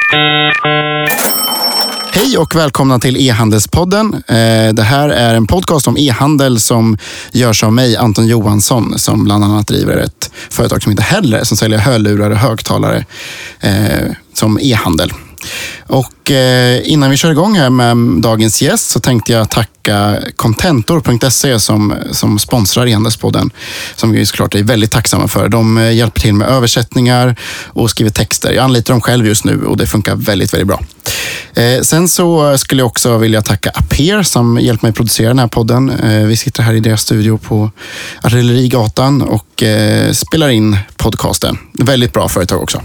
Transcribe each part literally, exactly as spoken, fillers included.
Hej och välkomna till e-handelspodden. Det här är en podcast om e-handel som görs av mig, Anton Johansson, som bland annat driver ett företag som heter Heller, som säljer hörlurar och högtalare eh, som e-handel. Och eh, innan vi kör igång här med dagens gäst så tänkte jag tacka Contentor punkt se som, som sponsrar e-handelspodden, som vi såklart är väldigt tacksamma för. De eh, hjälper till med översättningar och skriver texter. Jag anlitar dem själv just nu och det funkar väldigt, väldigt bra. Eh, sen så skulle jag också vilja tacka Appear som hjälpt mig producera den här podden. Eh, vi sitter här i deras studio på Artillerigatan och eh, spelar in podcasten. Väldigt bra företag också.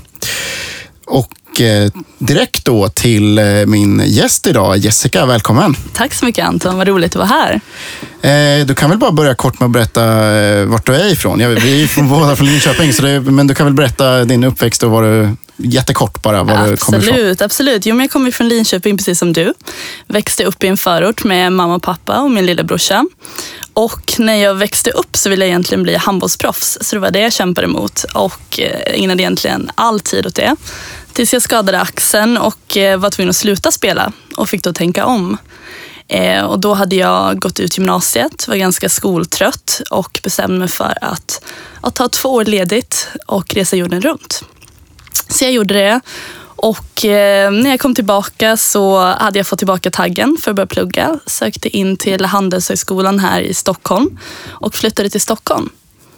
Och direkt då till min gäst idag, Jessica, välkommen. Tack så mycket Anton, vad roligt att vara här. Du kan väl bara börja kort med att berätta vart du är ifrån. Vi är från båda från Linköping, så det, men du kan väl berätta din uppväxt och vad du, jättekort bara, var absolut, du kommer ifrån. Absolut, absolut. Jo, men jag kommer från Linköping precis som du. Växte upp i en förort med mamma och pappa och min lilla brorsa. Och när jag växte upp så ville jag egentligen bli handbollsproffs, så det var det jag kämpade emot och ägnade egentligen all tid åt det. Tills jag skadade axeln och var tvungen att sluta spela och fick då tänka om. Eh, och då hade jag gått ut gymnasiet, var ganska skoltrött och bestämde mig för att, att ta två år ledigt och resa jorden runt. Så jag gjorde det och eh, när jag kom tillbaka så hade jag fått tillbaka taggen för att börja plugga. Sökte in till Handelshögskolan här i Stockholm och flyttade till Stockholm.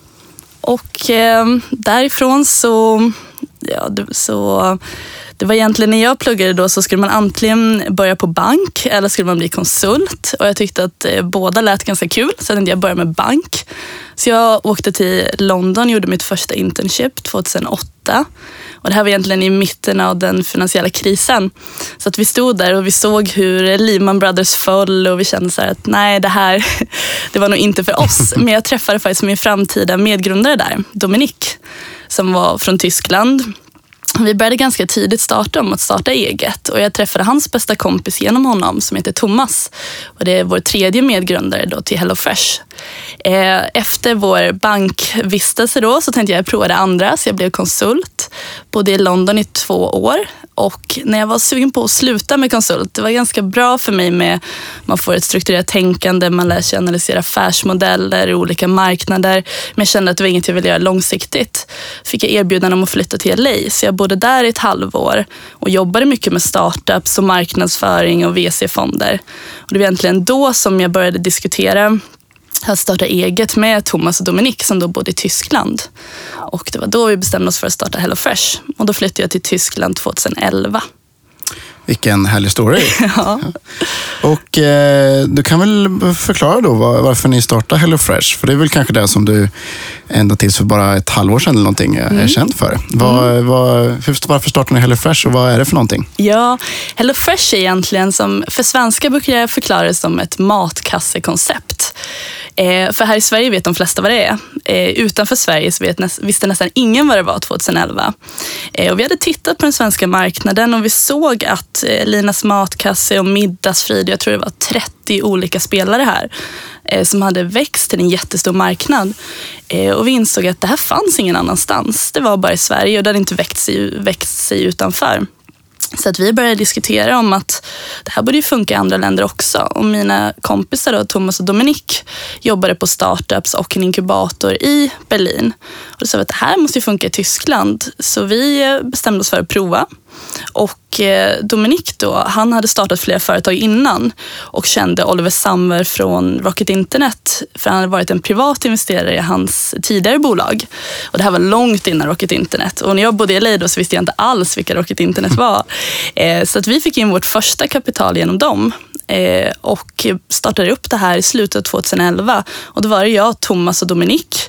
Och eh, därifrån så... Ja, det, så det var egentligen när jag pluggade då så skulle man antingen börja på bank eller skulle man bli konsult. Och jag tyckte att eh, båda lät ganska kul, så jag började med bank. Så jag åkte till London och gjorde mitt första internship tjugohundraåtta. Och det här var egentligen i mitten av den finansiella krisen. Så att vi stod där och vi såg hur Lehman Brothers föll och vi kände så här att nej, det här det var nog inte för oss. Men jag träffade faktiskt min framtida medgrundare där, Dominik, som var från Tyskland. Vi började ganska tidigt starta om att starta eget och jag träffade hans bästa kompis genom honom som heter Thomas. Och det är vår tredje medgrundare då till HelloFresh. Efter vår bankvistelse då så tänkte jag prova det andra, så jag blev konsult. Bodde i London i två år och när jag var sugen på att sluta med konsult, det var ganska bra för mig med man får ett strukturerat tänkande, man lär sig analysera affärsmodeller i olika marknader, men jag kände att det var inget jag ville göra långsiktigt. Fick jag erbjudande om att flytta till L A, så jag bodde där i ett halvår och jobbade mycket med startups och marknadsföring och V C-fonder. Och det var egentligen då som jag började diskutera att starta eget med Thomas och Dominik som då bodde i Tyskland. Och det var då vi bestämde oss för att starta HelloFresh. Och då flyttade jag till Tyskland tjugoelva. Vilken härlig story. Ja. Och eh, du kan väl förklara då var, varför ni startar HelloFresh? För det är väl kanske det som du ända tills för bara ett halvår sedan eller någonting är mm. känd för. Var, mm. var, varför startar ni HelloFresh och vad är det för någonting? Ja, HelloFresh är egentligen som, för svenska brukar jag förklara det som ett matkassekoncept. Eh, för här i Sverige vet de flesta vad det är. Eh, utanför Sverige så vet näst, visste nästan ingen vad det var tjugoelva. Eh, och vi hade tittat på den svenska marknaden och vi såg att eh, Linas matkasse och Middagsfrid, jag tror det var trettio olika spelare här eh, som hade växt till en jättestor marknad. Eh, och vi insåg att det här fanns ingen annanstans. Det var bara i Sverige och det hade inte växt sig, växt sig utanför. Så att vi började diskutera om att det här borde ju funka i andra länder också. Och mina kompisar då, Thomas och Dominik, jobbade på startups och en inkubator i Berlin. Och då sa vi att det här måste ju funka i Tyskland. Så vi bestämde oss för att prova. Och Dominik då, han hade startat flera företag innan och kände Oliver Samwer från Rocket Internet, för han hade varit en privat investerare i hans tidigare bolag. Och det här var långt innan Rocket Internet. Och när jag bodde i L A då så visste jag inte alls vilka Rocket Internet var. Så att vi fick in vårt första kapital genom dem. Och startade upp det här i slutet av tjugoelva. Och då var det jag, Thomas och Dominik.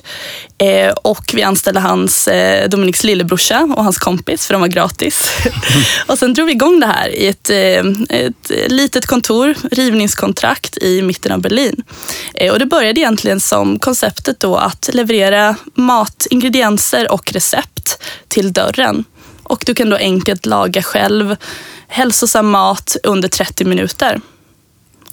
Och vi anställde hans, Dominiks lillebrorsa och hans kompis, för de var gratis. Och sen drog vi igång det här i ett, ett litet kontor, rivningskontrakt i mitten av Berlin. Och det började egentligen som konceptet då att leverera mat, ingredienser och recept till dörren. Och du kan då enkelt laga själv hälsosam mat under trettio minuter.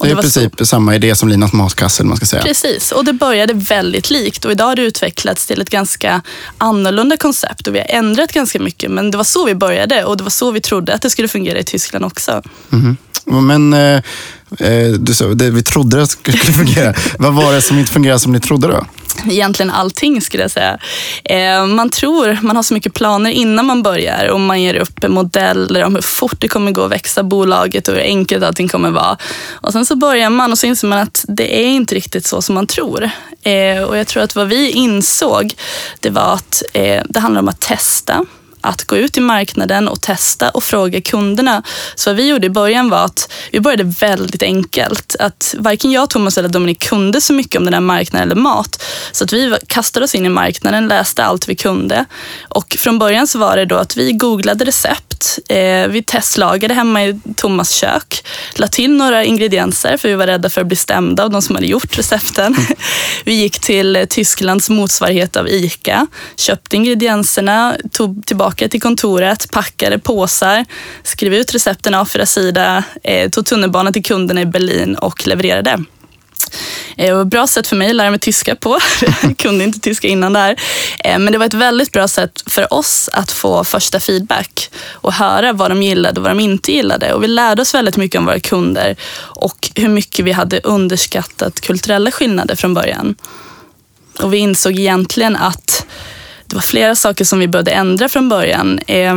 Och det är det i princip så... samma idé som Linas matkasse, man ska säga. Precis, och det började väldigt likt. Och idag har det utvecklats till ett ganska annorlunda koncept. Och vi har ändrat ganska mycket. Men det var så vi började och det var så vi trodde att det skulle fungera i Tyskland också. Mm-hmm. Men eh, du sa, det, vi trodde det skulle fungera. Vad var det som inte fungerade som ni trodde då? Egentligen allting skulle jag säga. Eh, man tror, man har så mycket planer innan man börjar och man ger upp modeller om hur fort det kommer gå att växa bolaget och hur enkelt allting kommer vara. Och sen så börjar man och så inser man att det är inte riktigt så som man tror. Eh, och jag tror att vad vi insåg, det var att eh, det handlar om att testa. Att gå ut i marknaden och testa och fråga kunderna. Så vad vi gjorde i början var att vi började väldigt enkelt. Att varken jag, Thomas eller Dominik kunde så mycket om den här marknaden eller mat. Så att vi kastade oss in i marknaden, läste allt vi kunde. Och från början så var det då att vi googlade recept. Eh, vi testlagade hemma i Thomas kök. La till några ingredienser för vi var rädda för att bli stämda av de som hade gjort recepten. Vi gick till Tysklands motsvarighet av ICA. Köpte ingredienserna, tog tillbaka till kontoret, packade påsar, skrev ut recepten A fyra sida, eh, tog tunnelbanan till kunderna i Berlin och levererade. Det var ett bra sätt för mig att lära mig tyska på. Jag kunde inte tyska innan där. Men det var ett väldigt bra sätt för oss att få första feedback och höra vad de gillade och vad de inte gillade. Och vi lärde oss väldigt mycket om våra kunder och hur mycket vi hade underskattat kulturella skillnader från början. Och vi insåg egentligen att det var flera saker som vi började ändra från början.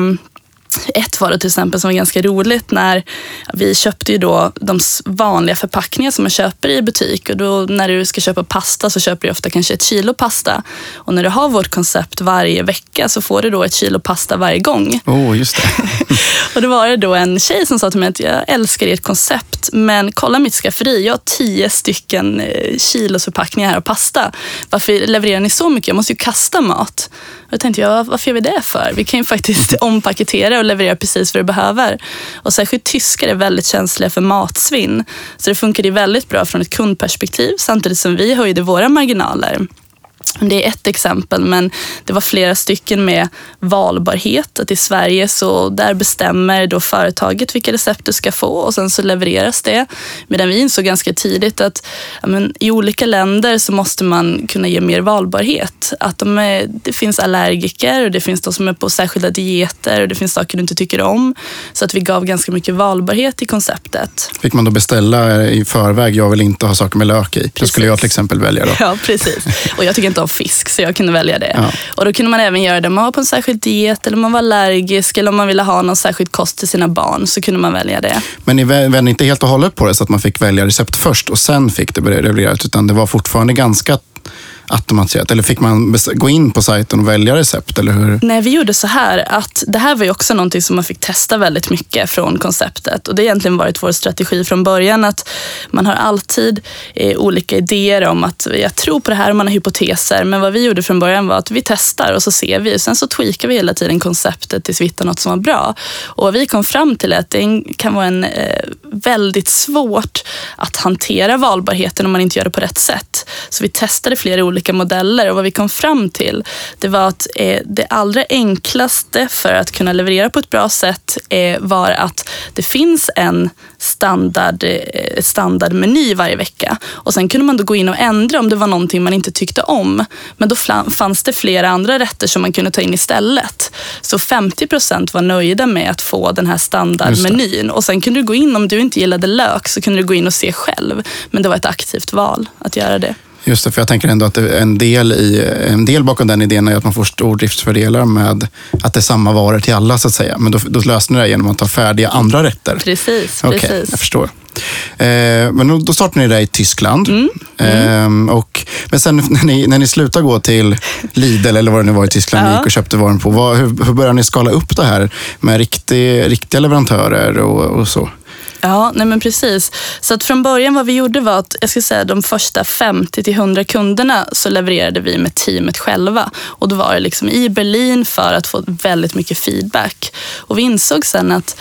Ett var det till exempel som var ganska roligt när vi köpte ju då de vanliga förpackningar som man köper i butik. Och då när du ska köpa pasta så köper du ofta kanske ett kilo pasta. Och när du har vårt koncept varje vecka så får du då ett kilo pasta varje gång. Oh, just det. Och då var det då en tjej som sa till mig att jag älskar ert koncept. Men kolla mitt skafferi, jag har tio stycken kilos förpackningar här av pasta. Varför levererar ni så mycket? Jag måste ju kasta mat. Och jag tänkte, ja, varför gör vi det för? Vi kan ju faktiskt ompaketera och leverera precis vad du behöver. Och särskilt tyskar är väldigt känsliga för matsvinn. Så det funkar ju väldigt bra från ett kundperspektiv samtidigt som vi höjde våra marginaler. Det är ett exempel, men det var flera stycken med valbarhet. Att i Sverige så där bestämmer då företaget vilka recept du ska få och sen så levereras det. Medan vi insåg ganska tidigt att ja, men, i olika länder så måste man kunna ge mer valbarhet. Att de är, det finns allergiker och det finns de som är på särskilda dieter och det finns saker du inte tycker om. Så att vi gav ganska mycket valbarhet i konceptet. Fick man då beställa i förväg, jag vill inte ha saker med lök i. Precis. Det skulle jag till exempel välja då. Ja, precis. Och jag tycker inte om fisk så jag kunde välja det. Ja. Och då kunde man även göra det om man var på en särskild diet eller om man var allergisk eller om man ville ha någon särskild kost till sina barn så kunde man välja det. Men ni vände inte helt och hållet på det så att man fick välja recept först och sen fick det börja levereras utan det var fortfarande ganska automatiserat? Eller fick man gå in på sajten och välja recept? Eller hur? Nej, vi gjorde så här att det här var ju också någonting som man fick testa väldigt mycket från konceptet. Och det har egentligen varit vår strategi från början att man har alltid eh, olika idéer om att jag tror på det här och man har hypoteser. Men vad vi gjorde från början var att vi testar och så ser vi. Sen så tweakar vi hela tiden konceptet tills vi hittar något som var bra. Och vi kom fram till att det kan vara en eh, väldigt svårt att hantera valbarheten om man inte gör det på rätt sätt. Så vi testade flera olika modeller och vad vi kom fram till det var att eh, det allra enklaste för att kunna leverera på ett bra sätt eh, var att det finns en standard, eh, standardmeny varje vecka och sen kunde man då gå in och ändra om det var någonting man inte tyckte om. Men då fanns det flera andra rätter som man kunde ta in istället. Så femtio procent var nöjda med att få den här standardmenyn och sen kunde du gå in om du inte gillade lök så kunde du gå in och se själv. Men det var ett aktivt val att göra det. Just det, för jag tänker ändå att en del, i, en del bakom den idén är att man får stordriftsfördelar med att det är samma varor till alla så att säga. Men då, då löser ni det genom att ta färdiga andra rätter. Precis, Okej, precis. Jag förstår. Eh, men då startade ni det i Tyskland. Mm. Mm. Eh, och, men sen när ni, när ni slutade gå till Lidl eller vad det nu var i Tyskland, ja. Ni gick och köpte varan på. Vad, hur, hur började ni skala upp det här med riktig, riktiga leverantörer och, och så? Ja, nej men precis. Så att från början vad vi gjorde var att jag ska säga de första femtio till hundra kunderna så levererade vi med teamet själva. Och då var det liksom i Berlin för att få väldigt mycket feedback. Och vi insåg sen att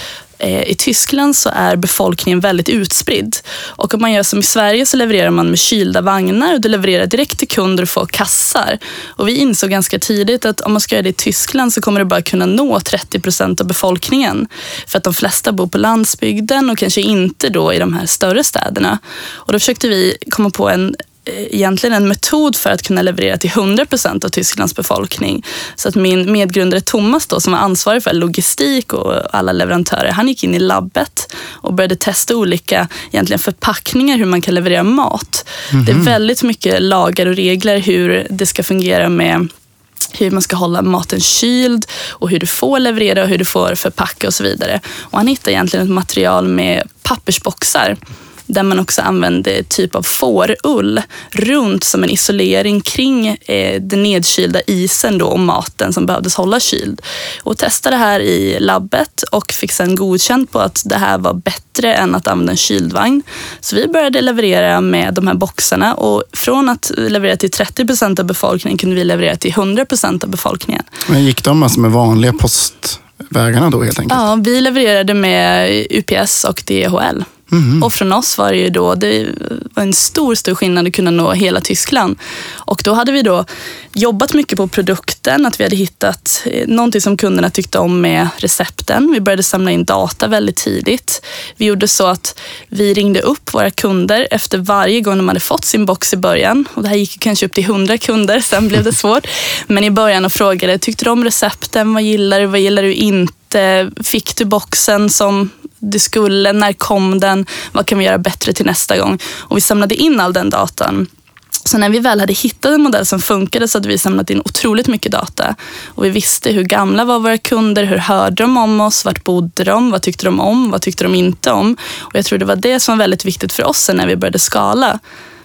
I Tyskland så är befolkningen väldigt utspridd. Och om man gör som i Sverige så levererar man med kylda vagnar och du levererar direkt till kunder och får kassar. Och vi insåg ganska tidigt att om man ska göra det i Tyskland så kommer du bara kunna nå trettio procent av befolkningen. För att de flesta bor på landsbygden och kanske inte då i de här större städerna. Och då försökte vi komma på en egentligen en metod för att kunna leverera till hundra procent av Tysklands befolkning. Så att min medgrundare Thomas då, som var ansvarig för logistik och alla leverantörer, han gick in i labbet och började testa olika egentligen förpackningar, hur man kan leverera mat. Mm-hmm. Det är väldigt mycket lagar och regler hur det ska fungera med hur man ska hålla maten kyld och hur du får leverera och hur du får förpacka och så vidare. Och han hittade egentligen ett material med pappersboxar där man också använde typ av fårull runt som en isolering kring eh, den nedkylda isen då och maten som behövdes hålla kyld. Och testade det här i labbet och fick sedan godkänt på att det här var bättre än att använda en kylvagn. Så vi började leverera med de här boxarna och från att leverera till trettio procent av befolkningen kunde vi leverera till hundra procent av befolkningen. Men gick de alltså med vanliga postvägarna då helt enkelt? Ja, vi levererade med U P S och D H L. Mm. Och från oss var det ju då, det var en stor, stor skillnad att kunna nå hela Tyskland. Och då hade vi då jobbat mycket på produkten, att vi hade hittat någonting som kunderna tyckte om med recepten. Vi började samla in data väldigt tidigt. Vi gjorde så att vi ringde upp våra kunder efter varje gång de hade fått sin box i början. Och det här gick kanske upp till hundra kunder, sen blev det svårt. Men i början och frågade, tyckte du om recepten? Vad gillar du? Vad gillar du inte? Fick du boxen som det skulle, när kom den, vad kan vi göra bättre till nästa gång? Och vi samlade in all den datan. Så när vi väl hade hittat en modell som funkade så hade vi samlat in otroligt mycket data. Och vi visste hur gamla var våra kunder, hur hörde de om oss, vart bodde de, vad tyckte de om, vad tyckte de inte om. Och jag tror det var det som var väldigt viktigt för oss när vi började skala.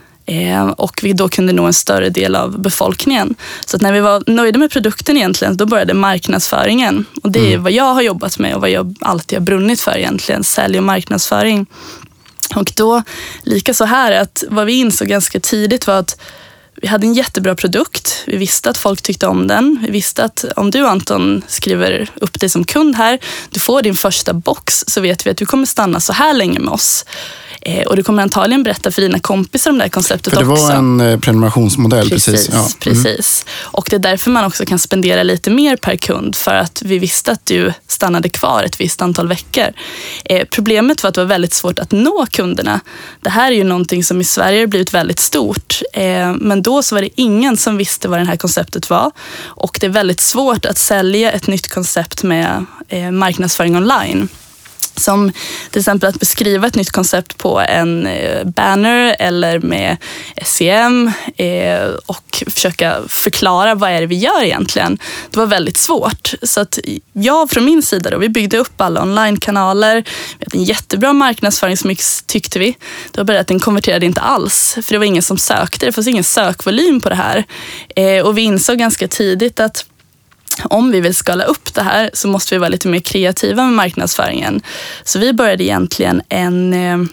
Och vi då kunde nå en större del av befolkningen. Så att när vi var nöjda med produkten egentligen, då började marknadsföringen. Och det är mm. vad jag har jobbat med och vad jag alltid har brunnit för egentligen, sälj och marknadsföring. Och då, lika så här, att vad vi insåg ganska tidigt var att vi hade en jättebra produkt. Vi visste att folk tyckte om den. Vi visste att om du, Anton, skriver upp dig som kund här, du får din första box, så vet vi att du kommer stanna så här länge med oss. Eh, och du kommer antagligen berätta för dina kompisar om det här konceptet också. För det var också. en eh, prenumerationsmodell, precis. Precis, ja. precis. Mm. Och det är därför man också kan spendera lite mer per kund, för att vi visste att du stannade kvar ett visst antal veckor. Eh, problemet var att det var väldigt svårt att nå kunderna. Det här är ju någonting som i Sverige har blivit väldigt stort. Eh, men då så var det ingen som visste vad det här konceptet var. Och det är väldigt svårt att sälja ett nytt koncept med eh, marknadsföring online. Som till exempel att beskriva ett nytt koncept på en banner eller med S E M eh, och försöka förklara vad är det vi gör egentligen. Det var väldigt svårt. Så att jag från min sida då, vi byggde upp alla online-kanaler. Vi hade en jättebra marknadsföringsmix tyckte vi. Det var bara att den konverterade inte alls. För det var ingen som sökte. Det fanns ingen sökvolym på det här. Eh, och vi insåg ganska tidigt att om vi vill skala upp det här så måste vi vara lite mer kreativa med marknadsföringen. Så vi började egentligen en,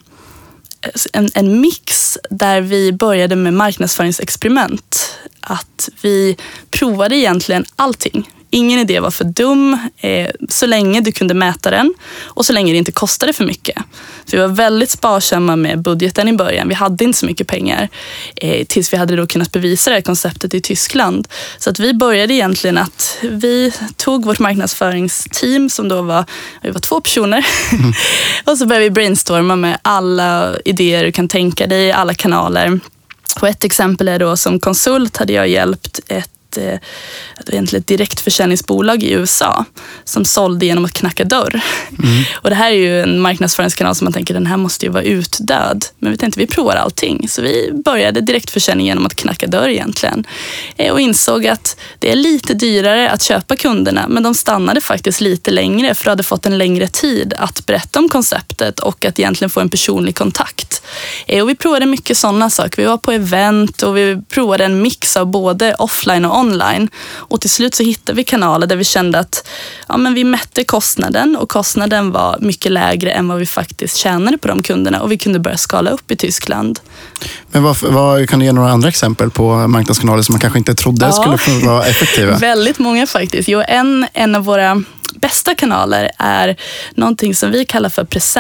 en, en mix där vi började med marknadsföringsexperiment. Att vi provade egentligen allting. Ingen idé var för dum eh, så länge du kunde mäta den och så länge det inte kostade för mycket. Så vi var väldigt sparsamma med budgeten i början. Vi hade inte så mycket pengar eh, tills vi hade då kunnat bevisa det här konceptet i Tyskland. Så att vi började egentligen att vi tog vårt marknadsföringsteam som då var, vi var två personer mm. och så började vi brainstorma med alla idéer du kan tänka dig, alla kanaler. Och ett exempel är då som konsult hade jag hjälpt ett egentligen ett direktförsäljningsbolag i U S A som sålde genom att knacka dörr. Mm. Och det här är ju en marknadsföringskanal som man tänker den här måste ju vara utdöd. Men vi tänkte vi provar allting. Så vi började direktförsäljning genom att knacka dörr egentligen. Och insåg att det är lite dyrare att köpa kunderna, men de stannade faktiskt lite längre för att hade fått en längre tid att berätta om konceptet och att egentligen få en personlig kontakt. Och vi provade mycket sådana saker. Vi var på event och vi provade en mix av både offline och online. Och till slut så hittade vi kanaler där vi kände att ja, men vi mätte kostnaden och kostnaden var mycket lägre än vad vi faktiskt tjänade på de kunderna och vi kunde börja skala upp i Tyskland. Men vad, vad kan du ge några andra exempel på marknadskanaler som man kanske inte trodde ja. skulle vara effektiva? Väldigt många faktiskt. Jo, en, en av våra bästa kanaler är någonting som vi kallar för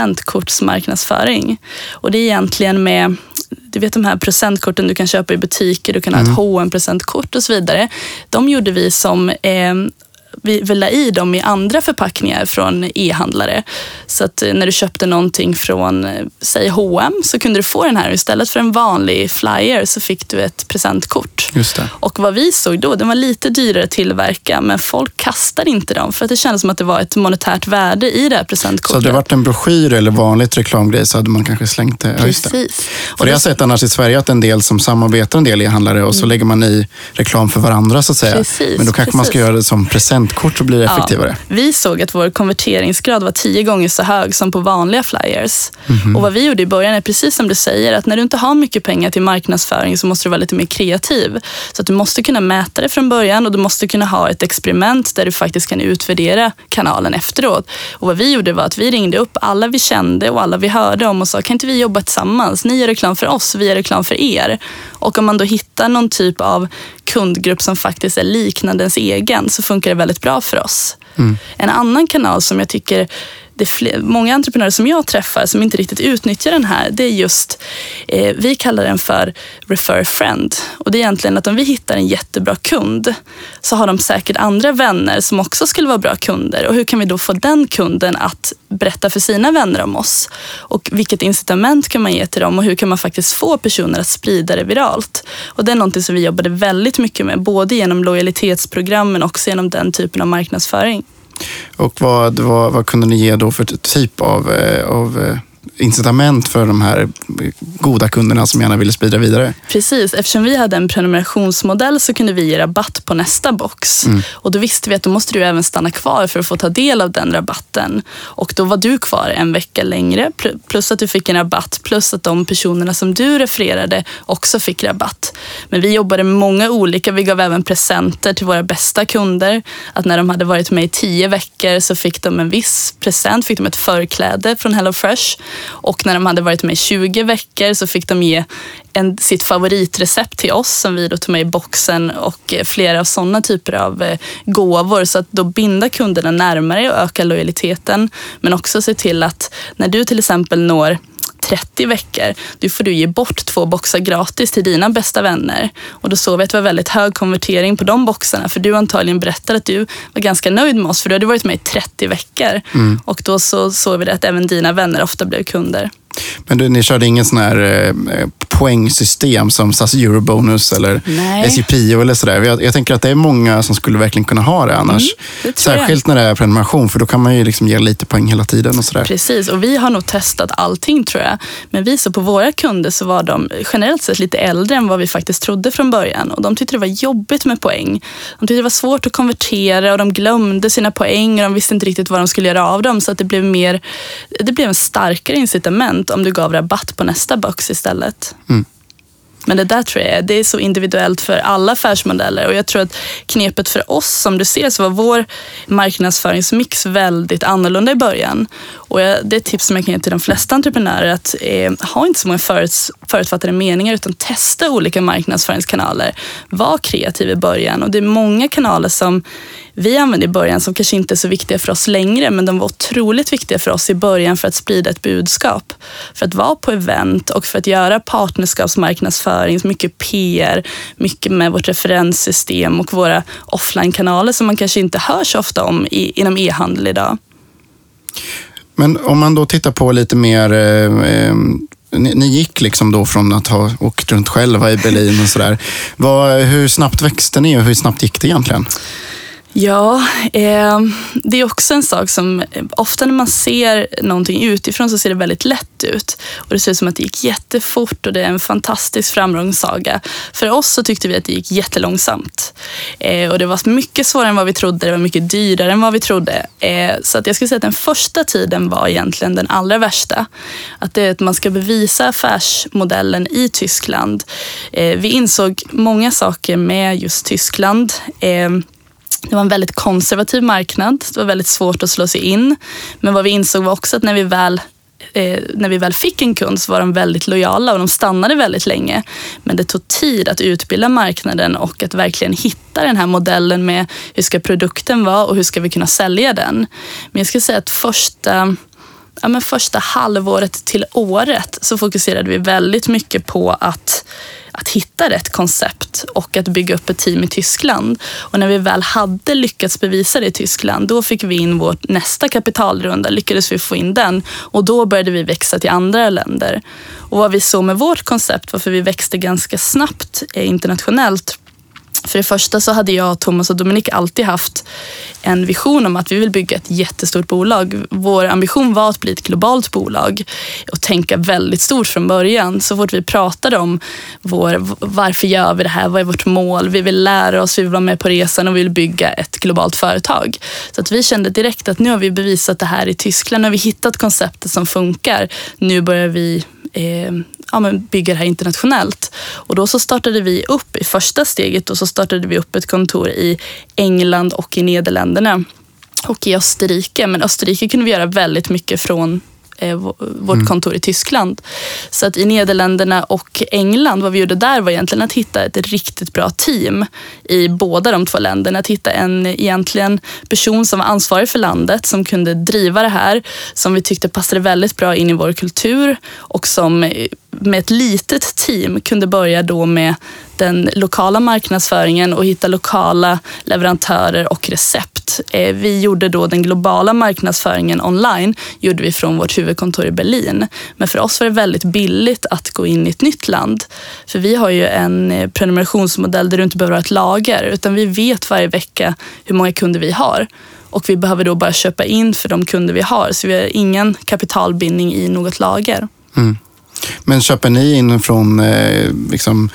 presentkortsmarknadsföring. Och det är egentligen med, du vet de här presentkorten du kan köpa i butiker, du kan ha ett Mm. H och M-presentkort och så vidare. De gjorde vi som... Eh, vi vill la i dem i andra förpackningar från e-handlare. Så att när du köpte någonting från, säg H och M, så kunde du få den här. Istället för en vanlig flyer så fick du ett presentkort. Just det. Och vad vi såg då, den var lite dyrare att tillverka, men folk kastade inte dem. För att det kändes som att det var ett monetärt värde i det här presentkortet. Så hade det varit en broschyr eller vanligt reklamgrej så hade man kanske slängt det. Ja, just det. Precis. För jag har sett annars i Sverige att en del som samarbetar en del e-handlare och så Mm. lägger man i reklam för varandra så att säga. Precis, Men då kanske man ska precis. göra det som presentkort så blir det effektivare. Ja, vi såg att vår konverteringsgrad var tio gånger så hög som på vanliga flyers. Mhm. Och vad vi gjorde i början är precis som du säger, att när du inte har mycket pengar till marknadsföring så måste du vara lite mer kreativ. Så att du måste kunna mäta det från början och du måste kunna ha ett experiment där du faktiskt kan utvärdera kanalen efteråt. Och vad vi gjorde var att vi ringde upp alla vi kände och alla vi hörde om och sa, kan inte vi jobba tillsammans? Ni gör reklam för oss, vi gör reklam för er. Och om man då hittar någon typ av kundgrupp som faktiskt är liknande ens egen så funkar det väldigt bra för oss. Mm. En annan kanal som jag tycker det är fler, många entreprenörer som jag träffar som inte riktigt utnyttjar den här, det är just, eh, vi kallar den för refer a friend. Och det är egentligen att om vi hittar en jättebra kund så har de säkert andra vänner som också skulle vara bra kunder. Och hur kan vi då få den kunden att berätta för sina vänner om oss? Och vilket incitament kan man ge till dem och hur kan man faktiskt få personer att sprida det viralt? Och det är någonting som vi jobbade väldigt mycket med, både genom lojalitetsprogram men också genom den typen av marknadsföring. Och vad, vad, vad kunde ni ge då för typ av, eh, av eh, incitament för de här goda kunderna som gärna ville sprida vidare? Precis, eftersom vi hade en prenumerationsmodell så kunde vi ge rabatt på nästa box. Mm. Och då visste vi att då måste du även stanna kvar för att få ta del av den rabatten. Och då var du kvar en vecka längre, plus att du fick en rabatt, plus att de personerna som du refererade också fick rabatt. Men vi jobbade med många olika, vi gav även presenter till våra bästa kunder. Att när de hade varit med i tio veckor så fick de en viss present, fick de ett förkläde från HelloFresh. Och när de hade varit med i tjugo veckor så fick de ge en, sitt favoritrecept till oss som vi då tog med i boxen och flera av sådana typer av eh, gåvor. Så att då binda kunderna närmare och öka lojaliteten. Men också se till att när du till exempel når trettio veckor, då får du ge bort två boxar gratis till dina bästa vänner. Och då såg vi att det var väldigt hög konvertering på de boxarna. För du antagligen berättade att du var ganska nöjd med oss för du hade varit med i trettio veckor. Mm. Och då så såg vi det att även dina vänner ofta blev kunder. Men du, ni körde ingen sån här eh, poängsystem som S A S Eurobonus eller Nej. S J P O eller sådär. Jag, jag tänker att det är många som skulle verkligen kunna ha det annars. Mm, det tror jag. Särskilt när det är prenumeration, för då kan man ju liksom ge lite poäng hela tiden och sådär. Precis, och vi har nog testat allting tror jag. Men vi så på våra kunder så var de generellt sett lite äldre än vad vi faktiskt trodde från början. Och de tyckte det var jobbigt med poäng. De tyckte det var svårt att konvertera och de glömde sina poäng och de visste inte riktigt vad de skulle göra av dem. Så att det blev mer, det blev en starkare incitament om du gav rabatt på nästa box istället. Mm. Men det där tror jag det är så individuellt för alla affärsmodeller och jag tror att knepet för oss, som du ser, så var vår marknadsföringsmix väldigt annorlunda i början. Och jag, det är ett tips som jag kan ge till de flesta entreprenörer att eh, ha inte så många förut, förutfattade meningar utan testa olika marknadsföringskanaler. Var kreativ i början och det är många kanaler som vi använde i början som kanske inte är så viktiga för oss längre, men de var otroligt viktiga för oss i början för att sprida ett budskap. För att vara på event och för att göra partnerskapsmarknadsföring, mycket P R, mycket med vårt referenssystem och våra offline-kanaler som man kanske inte hör så ofta om i, inom e-handel idag. Men om man då tittar på lite mer... Eh, ni, ni gick liksom då från att ha åkt runt själva i Berlin och sådär. Vad, hur snabbt växte ni och hur snabbt gick det egentligen? Ja, eh, det är också en sak som ofta när man ser någonting utifrån så ser det väldigt lätt ut. Och det ser ut som att det gick jättefort och det är en fantastisk framgångssaga. För oss så tyckte vi att det gick jättelångsamt. Eh, och det var mycket svårare än vad vi trodde, det var mycket dyrare än vad vi trodde. Eh, så att jag skulle säga att den första tiden var egentligen den allra värsta. Att det är att man ska bevisa affärsmodellen i Tyskland. Eh, vi insåg många saker med just Tyskland. Eh, Det var en väldigt konservativ marknad. Det var väldigt svårt att slå sig in. Men vad vi insåg var också att när vi väl eh, när vi väl fick en kund så var de väldigt lojala och de stannade väldigt länge. Men det tog tid att utbilda marknaden och att verkligen hitta den här modellen med hur ska produkten vara och hur ska vi kunna sälja den. Men jag ska säga att första... Ja, men första halvåret till året så fokuserade vi väldigt mycket på att, att hitta rätt koncept och att bygga upp ett team i Tyskland. Och när vi väl hade lyckats bevisa det i Tyskland, då fick vi in vår nästa kapitalrunda, lyckades vi få in den och då började vi växa till andra länder. Och vad vi såg med vårt koncept var för vi växte ganska snabbt internationellt. För det första så hade jag, Thomas och Dominik alltid haft en vision om att vi vill bygga ett jättestort bolag. Vår ambition var att bli ett globalt bolag och tänka väldigt stort från början. Så fort vi pratade om vår, varför gör vi det här, vad är vårt mål, vi vill lära oss, vi vill vara med på resan och vi vill bygga ett globalt företag. Så att vi kände direkt att nu har vi bevisat det här i Tyskland, nu har vi hittat konceptet som funkar, nu börjar vi eh, ja, men bygga det här internationellt. Och då så startade vi upp i första steget och så startade vi upp ett kontor i England och i Nederländerna och i Österrike. Men Österrike kunde vi göra väldigt mycket från eh, vårt mm. kontor i Tyskland. Så att i Nederländerna och England, vad vi gjorde där var egentligen att hitta ett riktigt bra team i båda de två länderna. Att hitta en egentligen person som var ansvarig för landet, som kunde driva det här, som vi tyckte passade väldigt bra in i vår kultur och som med ett litet team kunde börja då med den lokala marknadsföringen och hitta lokala leverantörer och recept. Vi gjorde då den globala marknadsföringen online, gjorde vi från vårt huvudkontor i Berlin. Men för oss var det väldigt billigt att gå in i ett nytt land. För vi har ju en prenumerationsmodell där du inte behöver ha ett lager, utan vi vet varje vecka hur många kunder vi har. Och vi behöver då bara köpa in för de kunder vi har. Så vi har ingen kapitalbindning i något lager. Mm. Men köper ni in från eh, liksom,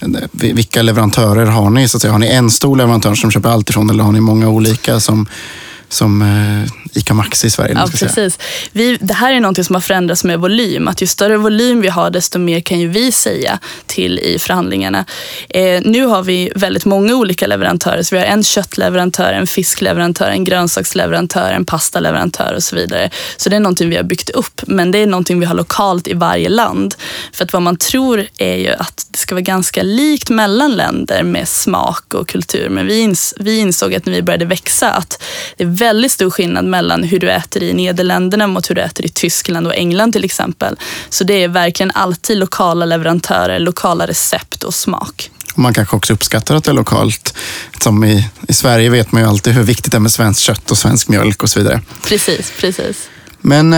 vilka leverantörer har ni? Så att säga? Har ni en stor leverantör som köper allt ifrån eller har ni många olika som, som eh, ICA Maxi i Sverige? Ja, precis. Vi, det här är något som har förändrats med volym. Att ju större volym vi har, desto mer kan ju vi säga till i förhandlingarna. Eh, nu har vi väldigt många olika leverantörer. Så vi har en köttleverantör, en fiskleverantör, en grönsaksleverantör, en pastaleverantör och så vidare. Så det är någonting vi har byggt upp. Men det är någonting vi har lokalt i varje land. För att vad man tror är ju att det ska vara ganska likt mellan länder med smak och kultur. Men vi, ins- vi insåg att när vi började växa att det är väldigt stor skillnad mellan hur du äter i Nederländerna mot hur du äter i Tyskland och England till exempel. Så det är verkligen alltid lokala leverantörer, lokala recept och smak. Och man kanske också uppskattar att det är lokalt. Som i, i Sverige vet man ju alltid hur viktigt det är med svenskt kött och svensk mjölk och så vidare. Precis, precis. Men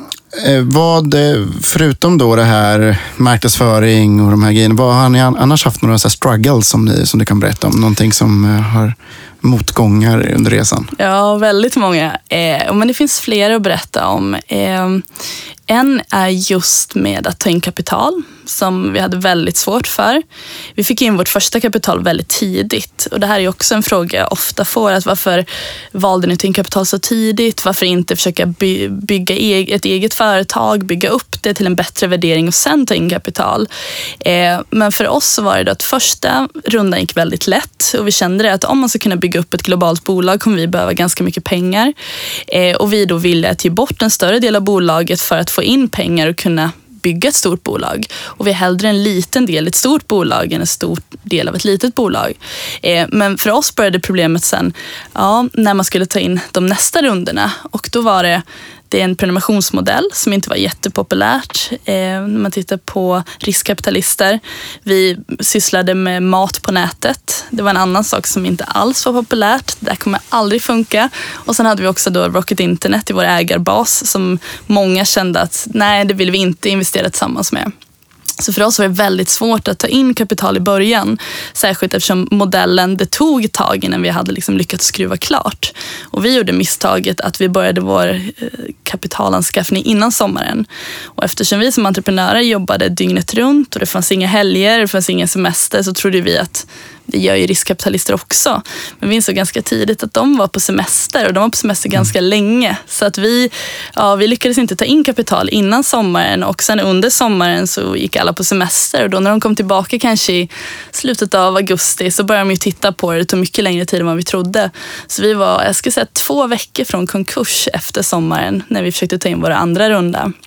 eh, vad, förutom då det här marknadsföring och de här grejerna, vad har ni annars haft några så här struggles som ni, som ni kan berätta om? Någonting som har motgångar under resan? Ja, väldigt många. Eh, men det finns flera att berätta om. Eh, en är just med att ta in kapital som vi hade väldigt svårt för. Vi fick in vårt första kapital väldigt tidigt och det här är också en fråga jag ofta får, att varför valde ni att ta in kapital så tidigt? Varför inte försöka by- bygga e- ett eget företag, bygga upp det till en bättre värdering och sen ta in kapital? Eh, men för oss så var det då att första rundan gick väldigt lätt och vi kände det att om man ska kunna bygga upp ett globalt bolag kommer vi behöva ganska mycket pengar. Eh, och vi då ville att ge bort en större del av bolaget för att få in pengar och kunna bygga ett stort bolag. Och vi är hellre en liten del i ett stort bolag än en stor del av ett litet bolag. Eh, men för oss började problemet sen ja, när man skulle ta in de nästa rundorna. Och då var det Det är en prenumerationsmodell som inte var jättepopulärt eh, när man tittar på riskkapitalister. Vi sysslade med mat på nätet. Det var en annan sak som inte alls var populärt. Det kommer aldrig funka. Och sen hade vi också då Rocket Internet i vår ägarbas som många kände att nej, det vill vi inte investera tillsammans med. Så för oss var det väldigt svårt att ta in kapital i början. Särskilt eftersom modellen, det tog ett tag innan vi hade liksom lyckats skruva klart. Och vi gjorde misstaget att vi började vår kapitalanskaffning innan sommaren. Och eftersom vi som entreprenörer jobbade dygnet runt och det fanns inga helger, det fanns ingen semester, så trodde vi att det gör ju riskkapitalister också. Men vi insåg ganska tidigt att de var på semester och de var på semester ganska mm. länge. Så att vi, ja, vi lyckades inte ta in kapital innan sommaren och sen under sommaren så gick alla på semester. Och då när de kom tillbaka kanske i slutet av augusti så började de ju titta på det. Det tog mycket längre tid än vad vi trodde. Så vi var, jag skulle säga, två veckor från konkurs efter sommaren när vi försökte ta in våra andra runda.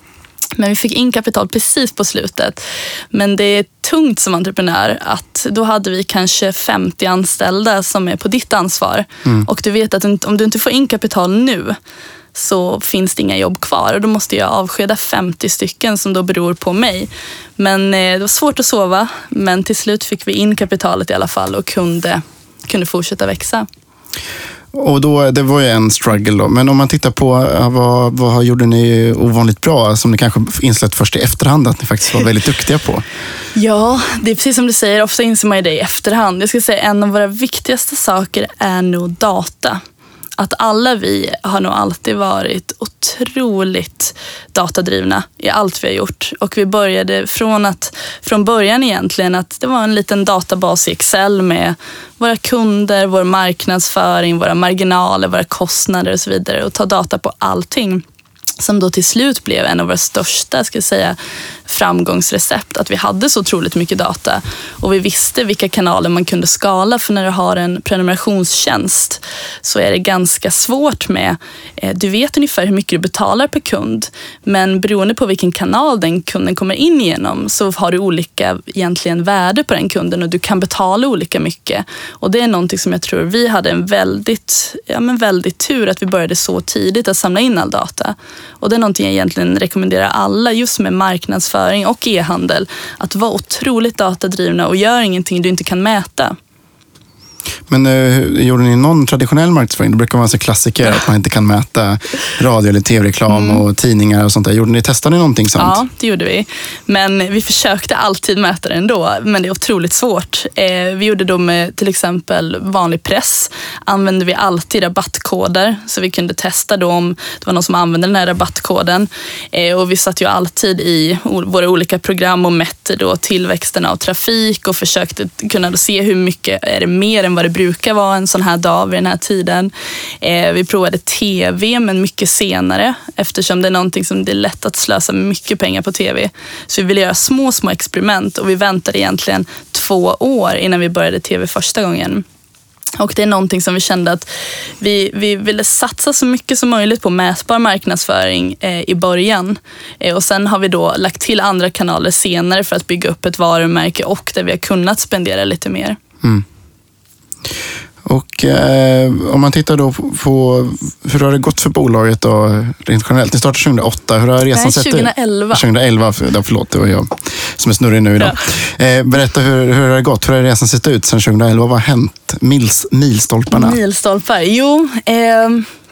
Men vi fick in kapital precis på slutet. Men det är tungt som entreprenör att då hade vi kanske femtio anställda som är på ditt ansvar. Mm. Och du vet att om du inte får in kapital nu så finns det inga jobb kvar. Och då måste jag avskeda femtio stycken som då beror på mig. Men eh, det var svårt att sova. Men till slut fick vi in kapitalet i alla fall och kunde, kunde fortsätta växa. Och då, det var ju en struggle då. Men om man tittar på vad, vad gjorde ni ovanligt bra som ni kanske insett först i efterhand att ni faktiskt var väldigt duktiga på? Ja, det är precis som du säger. Ofta inser man ju det i efterhand. Jag ska säga en av våra viktigaste saker är nog data. Att alla vi har nog alltid varit otroligt datadrivna i allt vi har gjort. Och vi började från att från början egentligen att det var en liten databas i Excel med våra kunder, vår marknadsföring, våra marginaler, våra kostnader och så vidare. Och ta data på allting. Som då till slut blev en av våra största, ska jag säga, framgångsrecept. Att vi hade så otroligt mycket data och vi visste vilka kanaler man kunde skala. För när du har en prenumerationstjänst så är det ganska svårt med, du vet ungefär hur mycket du betalar per kund, men beroende på vilken kanal den kunden kommer in igenom så har du olika egentligen värde på den kunden och du kan betala olika mycket. Och det är någonting som jag tror vi hade en väldigt, ja men väldigt tur att vi började så tidigt att samla in all data. Och det är någonting jag egentligen rekommenderar alla just med marknadsföring och e-handel. Att vara otroligt datadrivna och gör ingenting du inte kan mäta. Men uh, gjorde ni någon traditionell marknadsföring? Det brukar vara en klassiker att man inte kan mäta radio- eller tv-reklam mm. och tidningar och sånt där. Gjorde ni, testade ni någonting sånt? Ja, det gjorde vi. Men vi försökte alltid mäta det ändå. Men det är otroligt svårt. Eh, vi gjorde då med till exempel vanlig press. Använde vi alltid rabattkoder. Så vi kunde testa då om det var någon som använde den här rabattkoden. Eh, och vi satt ju alltid i våra olika program och mätte då tillväxten av trafik. Och försökte kunna då se hur mycket är det mer än vad det brukar vara en sån här dag vid den här tiden. Eh, vi provade tv men mycket senare eftersom det är någonting som det är lätt att slösa mycket pengar på tv. Så vi ville göra små, små experiment och vi väntade egentligen två år innan vi började tv första gången. Och det är någonting som vi kände att vi, vi ville satsa så mycket som möjligt på mätbar marknadsföring eh, i början. Eh, och sen har vi då lagt till andra kanaler senare för att bygga upp ett varumärke och där vi har kunnat spendera lite mer. Mm. Och eh, om man tittar då på, på hur har det gått för bolaget då, rent generellt? Ni startade tjugohundraåtta, hur har resan Nej, sett ut? tjugohundraelva. tjugohundraelva, förlåt, det var jag som är snurrig nu idag. Ja. Eh, berätta hur, hur har det gått? Hur har resan sett ut sedan tjugohundraelva? Vad har hänt? Mils, milstolparna? Milstolpar, jo... Eh...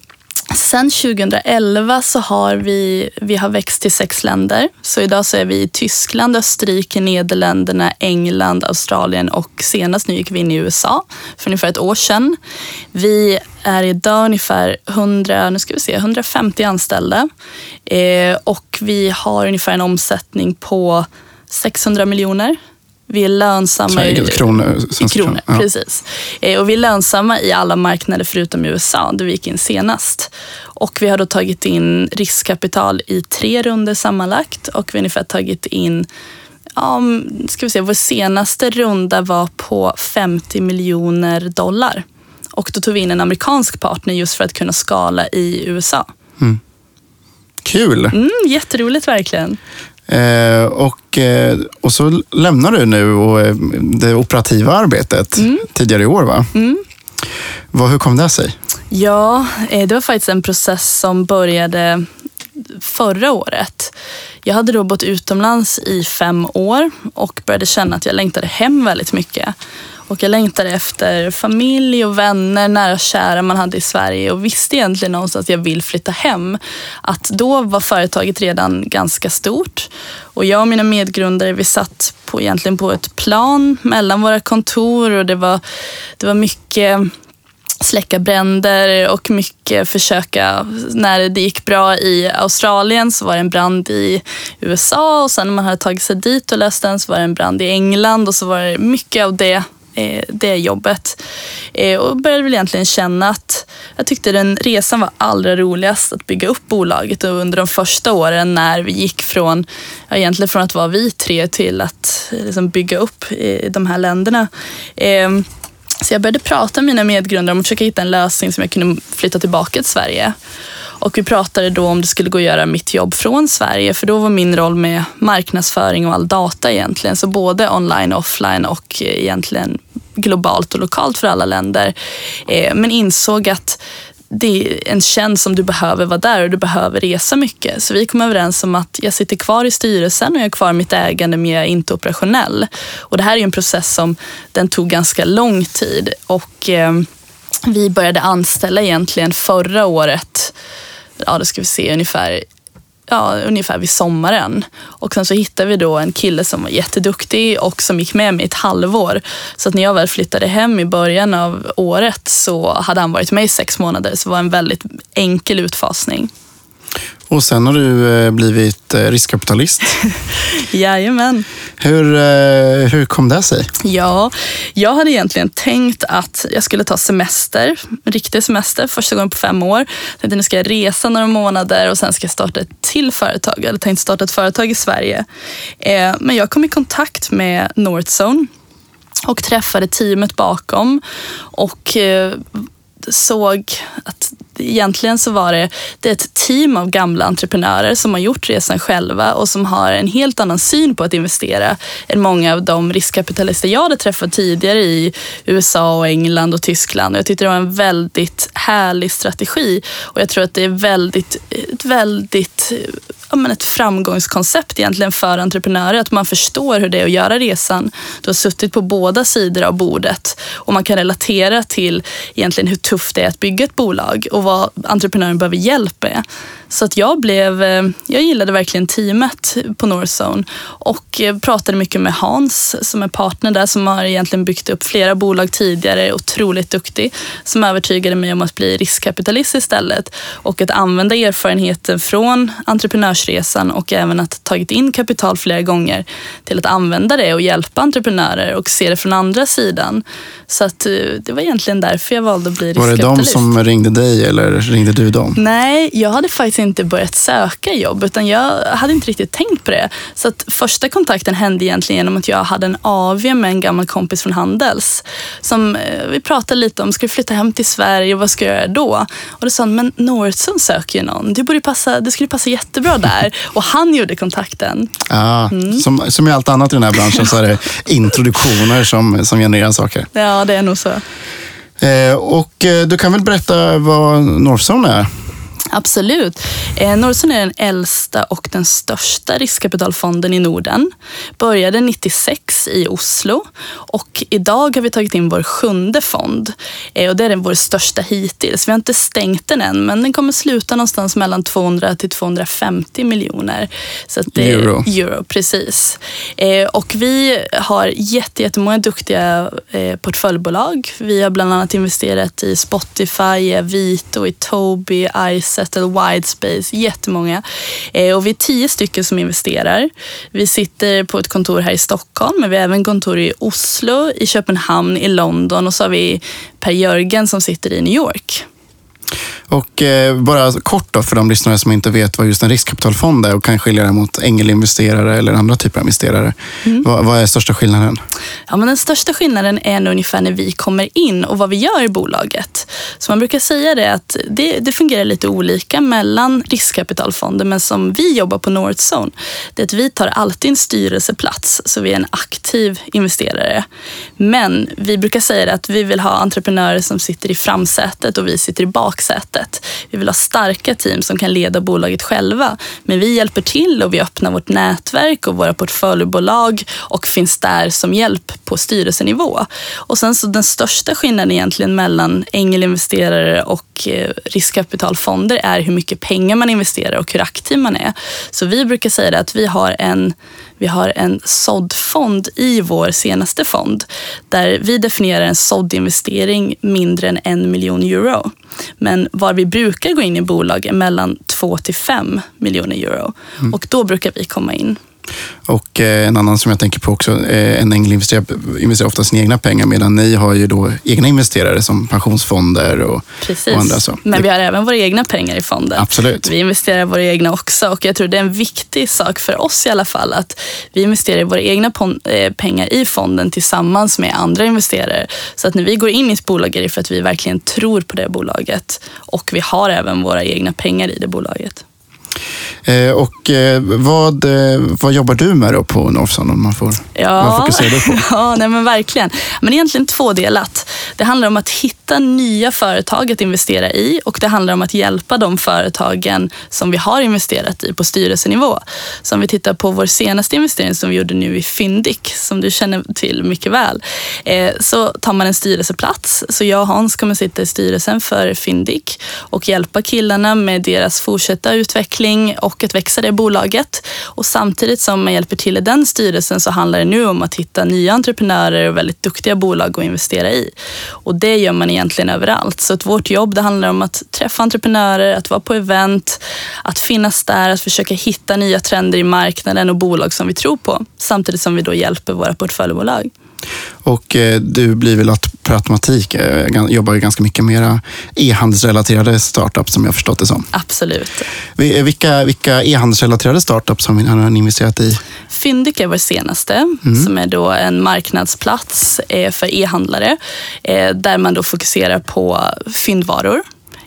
Sen tjugohundraelva så har vi, vi har växt till sex länder. Så idag så är vi i Tyskland, Österrike, Nederländerna, England, Australien och senast nu gick vi in i U S A för ungefär ett år sedan. Vi är idag ungefär hundra, nu ska vi se, hundrafemtio anställda eh, och vi har ungefär en omsättning på sexhundra miljoner. Vi är lönsamma i kronor, i kronor ja. Precis. Och vi är lönsamma i alla marknader förutom i U S A där vi gick in senast. Och vi har då tagit in riskkapital i tre runder sammanlagt och vi har ungefär tagit in, ja, ska vi se, vår senaste runda var på femtio miljoner dollar. Och då tog vi in en amerikansk partner just för att kunna skala i U S A. Mm. Kul! Mm, jätteroligt verkligen. Eh, och, eh, och så lämnar du nu och, eh, det operativa arbetet mm. tidigare i år, va? Mm. Vad, hur kom det sig? Ja, eh, det var faktiskt en process som började förra året. Jag hade då bott utomlands i fem år och började känna att jag längtade hem väldigt mycket. Och jag längtade efter familj och vänner, nära och kära man hade i Sverige och visste egentligen någonstans att jag vill flytta hem. Att då var företaget redan ganska stort och jag och mina medgrundare, vi satt på, egentligen på ett plan mellan våra kontor och det var, det var mycket släcka bränder och mycket försöka, när det gick bra i Australien så var det en brand i U S A och sen när man hade tagit sig dit och löst den så var det en brand i England och så var det mycket av det det jobbet. Och började väl egentligen känna att jag tyckte den resan var allra roligast att bygga upp bolaget och under de första åren när vi gick från, ja, egentligen från att vara vi tre till att liksom bygga upp i de här länderna. Så jag började prata med mina medgrundare om att försöka hitta en lösning som jag kunde flytta tillbaka till Sverige. Och vi pratade då om det skulle gå att göra mitt jobb från Sverige, för då var min roll med marknadsföring och all data egentligen. Så både online och offline och egentligen globalt och lokalt för alla länder. Men insåg att det är en tjänst som du behöver vara där och du behöver resa mycket. Så vi kom överens om att jag sitter kvar i styrelsen och jag är kvar i mitt ägande, men jag är inte operationell. Och det här är ju en process som den tog ganska lång tid. Och eh, vi började anställa egentligen förra året, ja det ska vi se ungefär, ja, ungefär vid sommaren. Och sen så hittade vi då en kille som var jätteduktig och som gick med mig ett halvår. Så att när jag väl flyttade hem i början av året så hade han varit med i sex månader. Så det var en väldigt enkel utfasning. Och sen har du blivit riskkapitalist. Jajamän. Hur, hur kom det sig? Ja, jag hade egentligen tänkt att jag skulle ta semester, riktig semester, första gången på fem år. Tänkte nu ska jag resa några månader och sen ska jag starta ett till företag. Jag hade tänkt starta ett företag i Sverige. Men jag kom i kontakt med Northzone och träffade teamet bakom och såg att egentligen så var det, det är ett team av gamla entreprenörer som har gjort resan själva och som har en helt annan syn på att investera än många av de riskkapitalister jag hade träffat tidigare i U S A och England och Tyskland. Och jag tyckte det var en väldigt härlig strategi och jag tror att det är väldigt, ett väldigt ja, men ett framgångskoncept egentligen för entreprenörer, att man förstår hur det är att göra resan. Du har suttit på båda sidor av bordet och man kan relatera till egentligen hur tufft det är att bygga ett bolag och vad entreprenören behöver hjälp med. Så att jag blev, jag gillade verkligen teamet på Northzone och pratade mycket med Hans som är partner där, som har egentligen byggt upp flera bolag tidigare, otroligt duktig, som övertygade mig om att bli riskkapitalist istället och att använda erfarenheten från entreprenörsresan och även att ha tagit in kapital flera gånger till att använda det och hjälpa entreprenörer och se det från andra sidan. Så att det var egentligen därför jag valde att bli riskkapitalist. Var det de som ringde dig eller ringde du dem? Nej, jag hade faktiskt inte börjat söka jobb utan jag hade inte riktigt tänkt på det. Så att första kontakten hände egentligen genom att jag hade en A V med en gammal kompis från Handels som vi pratade lite om, ska du flytta hem till Sverige, vad ska jag göra då? Och då sa han, men Northzone söker ju någon, det, borde passa, det skulle passa jättebra där. Och han gjorde kontakten. Ja, mm. som, som i allt annat i den här branschen så är det introduktioner som, som genererar saker. Ja, det är nog så. Eh, och eh, du kan väl berätta vad Northzone är? Absolut. Eh, Northzone är den äldsta och den största riskkapitalfonden i Norden. Började nittiosex i Oslo och idag har vi tagit in vår sjunde fond. Eh, och det är den vår största hittills. Vi har inte stängt den än, men den kommer sluta någonstans mellan tvåhundra till tvåhundrafemtio miljoner. Så att det är euro. euro, precis. Eh, och vi har jätte, jättemånga duktiga eh, portföljbolag. Vi har bland annat investerat i Spotify, Vito, i Tobii, Ice, Widespace, jättemånga. Eh, och vi är tio stycken som investerar. Vi sitter på ett kontor här i Stockholm, men vi har även kontor i Oslo, i Köpenhamn, i London och så har vi Per Jörgen som sitter i New York. Och eh, bara kort då för de lyssnare som inte vet vad just en riskkapitalfond är och kan skilja det mot ängelinvesterare eller andra typer av investerare. Mm. Vad, vad är största skillnaden? Ja, men den största skillnaden är nog ungefär när vi kommer in och vad vi gör i bolaget. Så man brukar säga det att det, det fungerar lite olika mellan riskkapitalfonder, men som vi jobbar på Northzone, det är att vi tar alltid en styrelseplats, så vi är en aktiv investerare. Men vi brukar säga det att vi vill ha entreprenörer som sitter i framsätet och vi sitter i baksätet. Vi vill ha starka team som kan leda bolaget själva. Men vi hjälper till och vi öppnar vårt nätverk och våra portföljbolag och finns där som hjälp på styrelsenivå. Och sen så den största skillnaden egentligen mellan ängelinvesterare och riskkapitalfonder är hur mycket pengar man investerar och hur aktiv man är. Så vi brukar säga det att vi har en Vi har en S O D-fond i vår senaste fond där vi definierar en S O D-investering mindre än en miljon euro. Men var vi brukar gå in i bolag är mellan två till fem miljoner euro. Mm. Och då brukar vi komma in. Och eh, en annan som jag tänker på också, eh, en ängelinvesterare investerar ofta sina egna pengar, medan ni har ju då egna investerare som pensionsfonder och, och andra. Så. Men vi har även våra egna pengar i fonden. Absolut. Vi investerar våra egna också, och jag tror det är en viktig sak för oss i alla fall att vi investerar våra egna pon- eh, pengar i fonden tillsammans med andra investerare. Så att när vi går in i ett bolag är det för att vi verkligen tror på det bolaget, och vi har även våra egna pengar i det bolaget. Eh, och eh, vad, eh, vad jobbar du med då på Northzone, om man får, ja, vad fokuserar du på? Ja, nej men verkligen. Men egentligen tvådelat. Det handlar om att hitta nya företag att investera i, och det handlar om att hjälpa de företagen som vi har investerat i på styrelsenivå. Så om vi tittar på vår senaste investering som vi gjorde nu i Fyndiq, som du känner till mycket väl, eh, så tar man en styrelseplats. Så jag och Hans kommer sitta i styrelsen för Fyndiq och hjälpa killarna med deras fortsatta utveckling och att växa det bolaget. Och samtidigt som man hjälper till i den styrelsen så handlar det nu om att hitta nya entreprenörer och väldigt duktiga bolag att investera i. Och det gör man egentligen överallt. Så att vårt jobb, det handlar om att träffa entreprenörer, att vara på event, att finnas där, att försöka hitta nya trender i marknaden och bolag som vi tror på. Samtidigt som vi då hjälper våra portföljbolag. Och eh, du blir väl att per automatik eh, jobbar ju ganska mycket mera e-handelsrelaterade startups som jag har förstått det som. Absolut. Vilka, vilka e-handelsrelaterade startups har ni investerat i? Fyndiq är vår senaste, mm. som är då en marknadsplats eh, för e-handlare eh, där man då fokuserar på fyndvaror.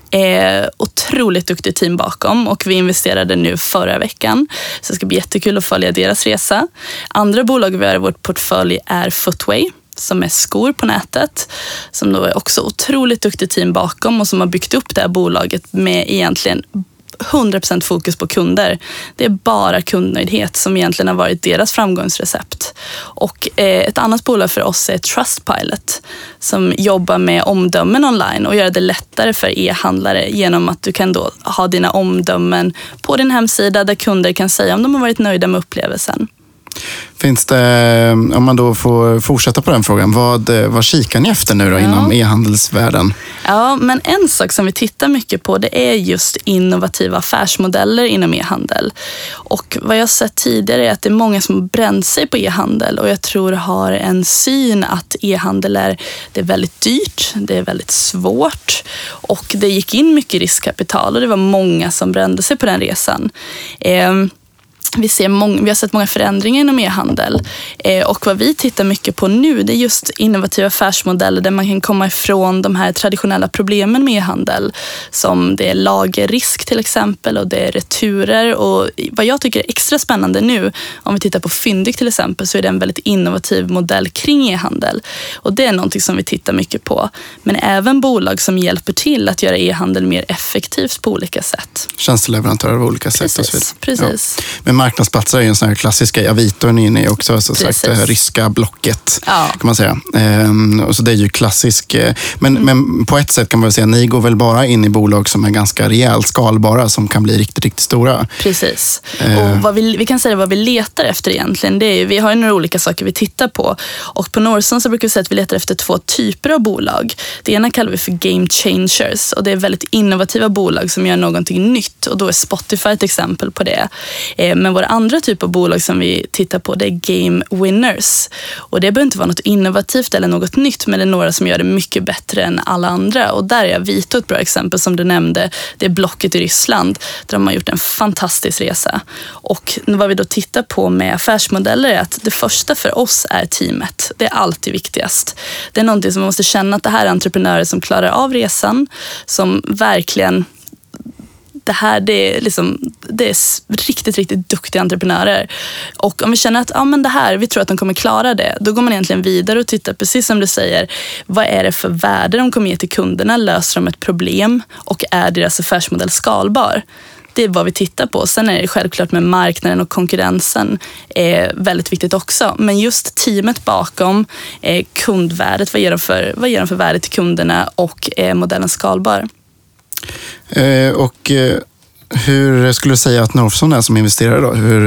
Eh, otroligt duktigt team bakom, och vi investerade nu förra veckan, så det ska bli jättekul att följa deras resa. Andra bolag vi har i vårt portfölj är Footway, som är skor på nätet, som då är också otroligt duktigt team bakom och som har byggt upp det här bolaget med egentligen hundra procent fokus på kunder. Det är bara kundnöjdhet som egentligen har varit deras framgångsrecept. Och eh, ett annat bolag för oss är Trustpilot, som jobbar med omdömen online och gör det lättare för e-handlare genom att du kan då ha dina omdömen på din hemsida där kunder kan säga om de har varit nöjda med upplevelsen. Finns det, om man då får fortsätta på den frågan, vad, vad kikar ni efter nu då, ja. inom e-handelsvärlden? Ja, men en sak som vi tittar mycket på, det är just innovativa affärsmodeller inom e-handel. Och vad jag har sett tidigare är att det är många som har bränt sig på e-handel, och jag tror har en syn att e-handel är, det är väldigt dyrt, det är väldigt svårt, och det gick in mycket riskkapital och det var många som brände sig på den resan. Eh, Vi, ser många, vi har sett många förändringar inom e-handel, eh, och vad vi tittar mycket på nu, det är just innovativa affärsmodeller där man kan komma ifrån de här traditionella problemen med e-handel, som det är lagerrisk till exempel, och det är returer. Och vad jag tycker är extra spännande nu, om vi tittar på Fyndiq till exempel, så är det en väldigt innovativ modell kring e-handel, och det är någonting som vi tittar mycket på. Men även bolag som hjälper till att göra e-handel mer effektivt på olika sätt. Tjänsteleverantörer av olika sätt. Precis, och så vidare. precis. Ja. Men marknadsplatser är ju en sån här klassisk grej. Avito är ni inne i också, så sagt, det här ryska blocket, ja. kan man säga. Ehm, och så det är ju klassisk. Men, mm. men på ett sätt kan man väl säga, ni går väl bara in i bolag som är ganska rejält skalbara, som kan bli riktigt, riktigt stora. Precis. Ehm. Och vad vi, vi kan säga vad vi letar efter egentligen. Det är ju, vi har ju några olika saker vi tittar på. Och på Northzone så brukar vi säga att vi letar efter två typer av bolag. Det ena kallar vi för game changers, och det är väldigt innovativa bolag som gör någonting nytt. Och då är Spotify ett exempel på det. Ehm, men vår andra typ av bolag som vi tittar på, det är game winners. Och det behöver inte vara något innovativt eller något nytt, men det är några som gör det mycket bättre än alla andra. Och där är Avito ett bra exempel som du nämnde. Det är Blocket i Ryssland, där de har gjort en fantastisk resa. Och vad vi då tittar på med affärsmodeller är att det första för oss är teamet. Det är alltid viktigast. Det är någonting som man måste känna att det här är entreprenörer som klarar av resan, som verkligen... Det här det är, liksom, det är riktigt, riktigt duktiga entreprenörer. Och om vi känner att ja, men det här, vi tror att de kommer klara det, då går man egentligen vidare och tittar, precis som du säger, vad är det för värde de kommer ge till kunderna? Löser de ett problem? Och är deras affärsmodell skalbar? Det är vad vi tittar på. Sen är det självklart med marknaden och konkurrensen är väldigt viktigt också. Men just teamet bakom, eh, kundvärdet, vad ger de för, vad ger de för värde till kunderna, och är modellen skalbar? Eh, och eh, hur skulle du säga att Northzone är som investerare då? Hur,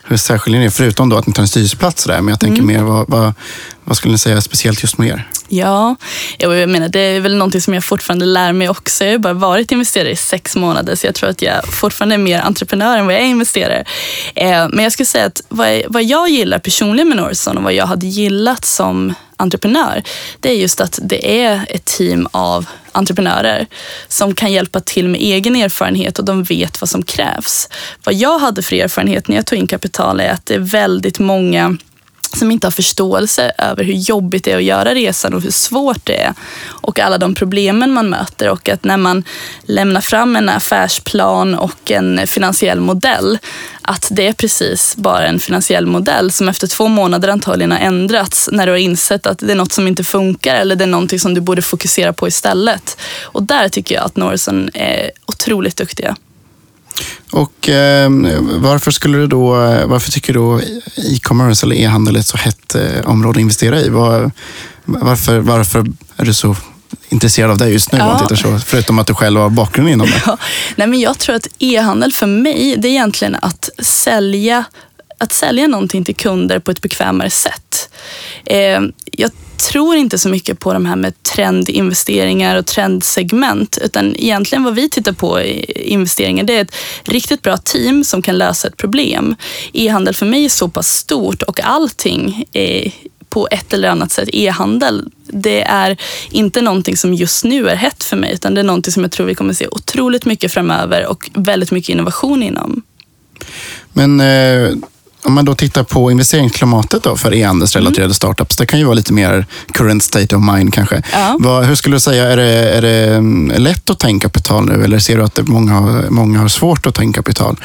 hur särskiljer ni, förutom då att ni tar en styrelseplats där, men jag tänker mm. mer, vad, vad, vad skulle ni säga speciellt just med er? Ja, jag menar det är väl någonting som jag fortfarande lär mig också. Jag har bara varit investerare i sex månader så jag tror att jag fortfarande är mer entreprenör än vad jag är investerare. Men jag skulle säga att vad jag gillar personligen med Northzone och vad jag hade gillat som entreprenör, det är just att det är ett team av entreprenörer som kan hjälpa till med egen erfarenhet och de vet vad som krävs. Vad jag hade för erfarenhet när jag tog in kapital är att det är väldigt många som inte har förståelse över hur jobbigt det är att göra resan och hur svårt det är och alla de problemen man möter, och att när man lämnar fram en affärsplan och en finansiell modell, att det är precis bara en finansiell modell som efter två månader antagligen har ändrats när du har insett att det är något som inte funkar eller det är någonting som du borde fokusera på istället. Och där tycker jag att Northzone är otroligt duktiga. Och eh, varför skulle du då, varför tycker du då e-commerce eller e-handel är ett så hett eh, område att investera i? Var, varför, varför är du så intresserad av det just nu? Ja. Tittar så, förutom att du själv har bakgrund inom det. Ja. Nej, men jag tror att e-handel för mig, det är egentligen att sälja att sälja någonting till kunder på ett bekvämare sätt. Eh, jag tror inte så mycket på de här med trendinvesteringar och trendsegment, utan egentligen vad vi tittar på i investeringar, det är ett riktigt bra team som kan lösa ett problem. E-handel för mig är så pass stort och allting är på ett eller annat sätt e-handel. Det är inte någonting som just nu är hett för mig, utan det är någonting som jag tror vi kommer se otroligt mycket framöver och väldigt mycket innovation inom. Men eh... om man då tittar på investeringsklimatet då för e-handelsrelaterade mm. startups, det kan ju vara lite mer current state of mind kanske. Ja. Vad, hur skulle du säga, är det, är det lätt att ta in kapital nu eller ser du att det många, många har svårt att ta in kapital?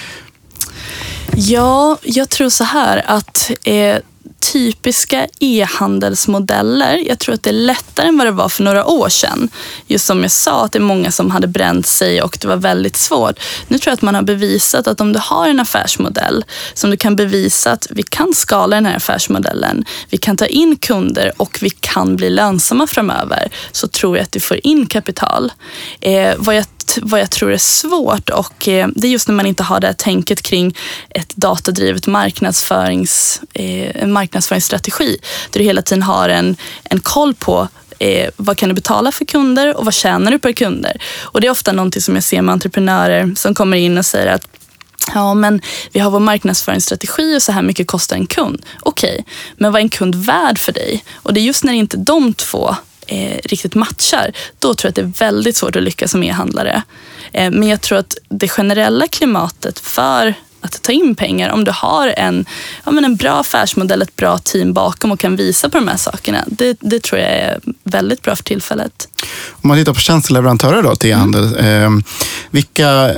Ja, jag tror så här att eh, typiska e-handelsmodeller, jag tror att det är lättare än vad det var för några år sedan. Just som jag sa, att det är många som hade bränt sig och det var väldigt svårt. Nu tror jag att man har bevisat att om du har en affärsmodell som du kan bevisa att vi kan skala den här affärsmodellen, vi kan ta in kunder och vi kan bli lönsamma framöver, så tror jag att du får in kapital. Eh, vad jag vad jag tror är svårt, och eh, det är just när man inte har det här tänket kring ett datadrivet marknadsförings, eh, en marknadsföringsstrategi där du hela tiden har en, en koll på eh, vad kan du betala för kunder och vad tjänar du per kunder. Och det är ofta någonting som jag ser med entreprenörer som kommer in och säger att ja, men vi har vår marknadsföringsstrategi och så här mycket kostar en kund. Okej, men vad är en kund värd för dig? Och det är just när inte de två Eh, riktigt matchar, då tror jag att det är väldigt svårt att lyckas som e-handlare. Eh, men jag tror att det generella klimatet för att ta in pengar, om du har en, ja, men en bra affärsmodell, ett bra team bakom och kan visa på de här sakerna, det, det tror jag är väldigt bra för tillfället. Om man tittar på tjänsteleverantörer då till e-handel, mm. eh, vilka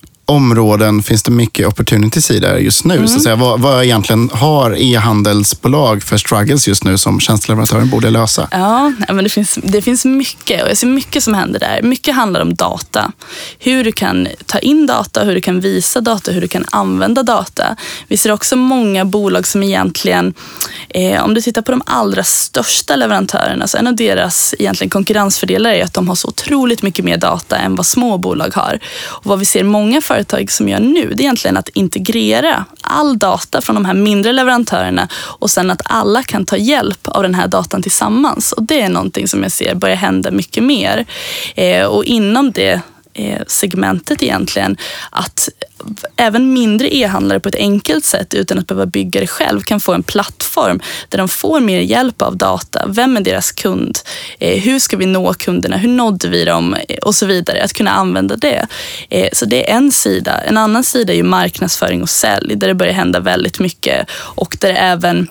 områden finns det mycket opportunities i där just nu? Mm. Så att säga, vad, vad egentligen har e-handelsbolag för struggles just nu som tjänsteleverantören borde lösa? Ja, men det finns, det finns mycket, och jag ser mycket som händer där. Mycket handlar om data. Hur du kan ta in data, hur du kan visa data, hur du kan använda data. Vi ser också många bolag som egentligen, eh, om du tittar på de allra största leverantörerna, så en av deras egentligen konkurrensfördelar är att de har så otroligt mycket mer data än vad små bolag har. Och vad vi ser många för företag som gör nu, det är egentligen att integrera all data från de här mindre leverantörerna och sen att alla kan ta hjälp av den här datan tillsammans. Och det är någonting som jag ser börjar hända mycket mer. Eh, och inom det eh, segmentet egentligen, att även mindre e-handlare på ett enkelt sätt utan att behöva bygga det själv kan få en plattform där de får mer hjälp av data. Vem är deras kund? Eh, hur ska vi nå kunderna? Hur nådde vi dem? Och så vidare. Att kunna använda det. Eh, så det är en sida. En annan sida är ju marknadsföring och sälj där det börjar hända väldigt mycket och där även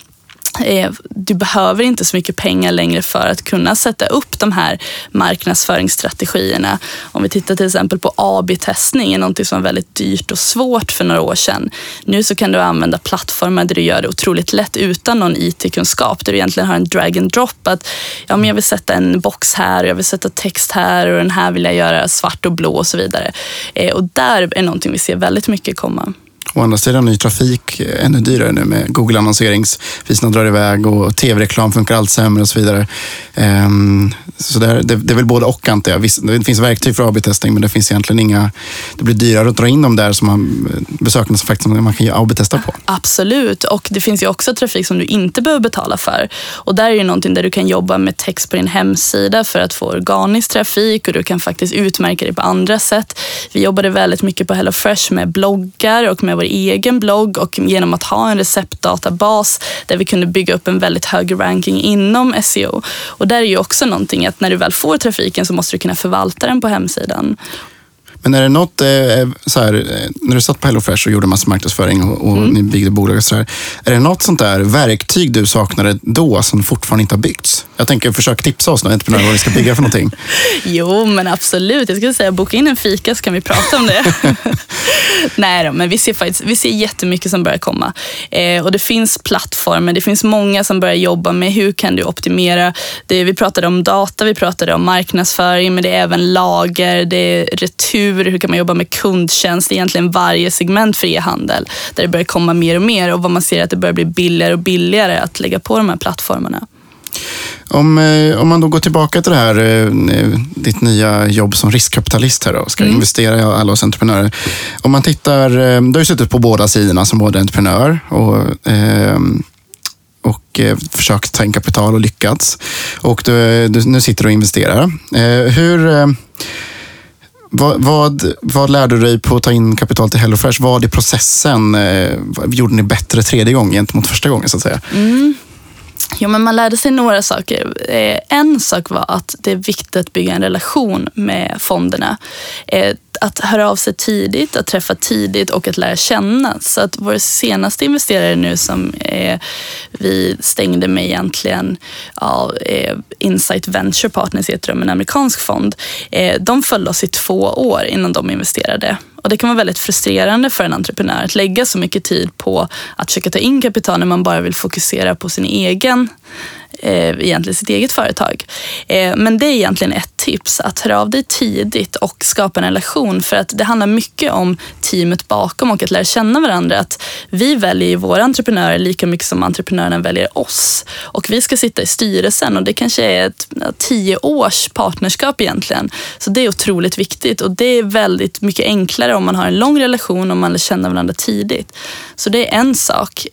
du behöver inte så mycket pengar längre för att kunna sätta upp de här marknadsföringsstrategierna. Om vi tittar till exempel på A B-testning, är något som var väldigt dyrt och svårt för några år sedan. Nu så kan du använda plattformar där du gör det otroligt lätt utan någon I T-kunskap, där du egentligen har en drag and drop. Att ja, men jag vill sätta en box här, jag vill sätta text här och den här vill jag göra svart och blå och så vidare. Och där är någonting vi ser väldigt mycket komma. Å andra sidan är ju trafik ännu dyrare nu med Google-annonseringspriserna drar iväg och tv-reklam funkar allt sämre och så vidare. Um, så det, det, det är väl både och, antar jag. Det finns verktyg för A B-testing, men det finns egentligen inga... Det blir dyrare att dra in dem där som man, besökarna som faktiskt man kan A B-testa på. Absolut, och det finns ju också trafik som du inte behöver betala för. Och där är ju någonting där du kan jobba med text på din hemsida för att få organisk trafik, och du kan faktiskt utmärka det på andra sätt. Vi jobbade väldigt mycket på HelloFresh med bloggar och med vår egen blogg, och genom att ha en receptdatabas där vi kunde bygga upp en väldigt hög ranking inom S E O. Och där är ju också någonting att när du väl får trafiken så måste du kunna förvalta den på hemsidan. Men är det något, så här, när du satt på HelloFresh och gjorde massa marknadsföring och, och mm. ni byggde bolag och så här, är det något sånt där verktyg du saknade då som fortfarande inte har byggts? Jag tänker försöka tipsa oss när entreprenörer vad vi ska bygga för någonting. Jo, men absolut. Jag skulle säga boka in en fika så kan vi prata om det. Nej då, men vi ser faktiskt vi ser jättemycket som börjar komma. Eh, och det finns plattformar, det finns många som börjar jobba med hur kan du optimera. Det, vi pratade om data, vi pratade om marknadsföring, men det är även lager, det är retur. Hur kan man jobba med kundtjänst? Egentligen varje segment för e-handel där det börjar komma mer och mer, och vad man ser att det börjar bli billigare och billigare att lägga på de här plattformarna. Om, om man då går tillbaka till det här, ditt nya jobb som riskkapitalist här då, ska mm. investera i alla oss entreprenörer. Om man tittar, du har ju suttit på båda sidorna som både entreprenör och och försökt ta in kapital och lyckats. Och du, du, nu sitter du och investerar. Hur... Vad, vad, vad lärde du dig på att ta in kapital till HelloFresh? Vad i processen eh, gjorde ni bättre tredje gången gentemot första gången så att säga? Mm. Jo, men man lärde sig några saker. Eh, en sak var att det är viktigt att bygga en relation med fonderna. Eh, att höra av sig tidigt, att träffa tidigt och att lära känna. Så att vår senaste investerare nu som eh, vi stängde med egentligen ja, eh, Insight Venture Partners heter de, en amerikansk fond. Eh, de följde oss i två år innan de investerade. Och det kan vara väldigt frustrerande för en entreprenör att lägga så mycket tid på att försöka ta in kapital när man bara vill fokusera på sin egen, eh, egentligen sitt eget företag. Eh, men det är egentligen ett tips, att höra av dig tidigt och skapa en relation, för att det handlar mycket om teamet bakom och att lära känna varandra. Att vi väljer våra entreprenörer lika mycket som entreprenörerna väljer oss. Och vi ska sitta i styrelsen, och det kanske är ett tio års partnerskap egentligen. Så det är otroligt viktigt, och det är väldigt mycket enklare om man har en lång relation, om man lär känna varandra tidigt. Så det är en sak.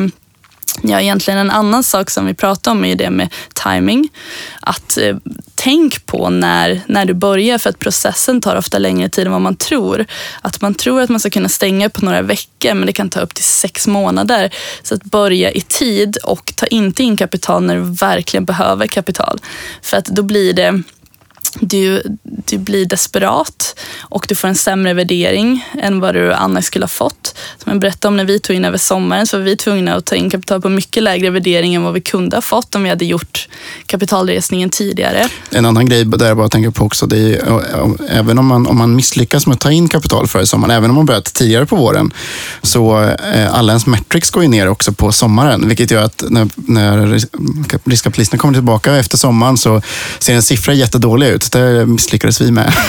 Ja, egentligen en annan sak som vi pratar om är det med timing. Att eh, tänk på när, när du börjar, för att processen tar ofta längre tid än vad man tror. Att man tror att man ska kunna stänga på några veckor, men det kan ta upp till sex månader. Så att börja i tid och ta inte in kapital när du verkligen behöver kapital. För att då blir det... Du, du blir desperat och du får en sämre värdering än vad du annars skulle ha fått. Som jag berättade om när vi tog in över sommaren, så var vi tvungna att ta in kapital på mycket lägre värdering än vad vi kunde ha fått om vi hade gjort kapitalresningen tidigare. En annan grej där jag bara tänker på också, det är även om man, om man misslyckas med att ta in kapital för sommaren, även om man börjat tidigare på våren, så eh, alla ens metrics går ju ner också på sommaren, vilket gör att när, när riskkapitalisterna kommer tillbaka efter sommaren så ser en siffra jättedålig ut. Det misslyckades vi med.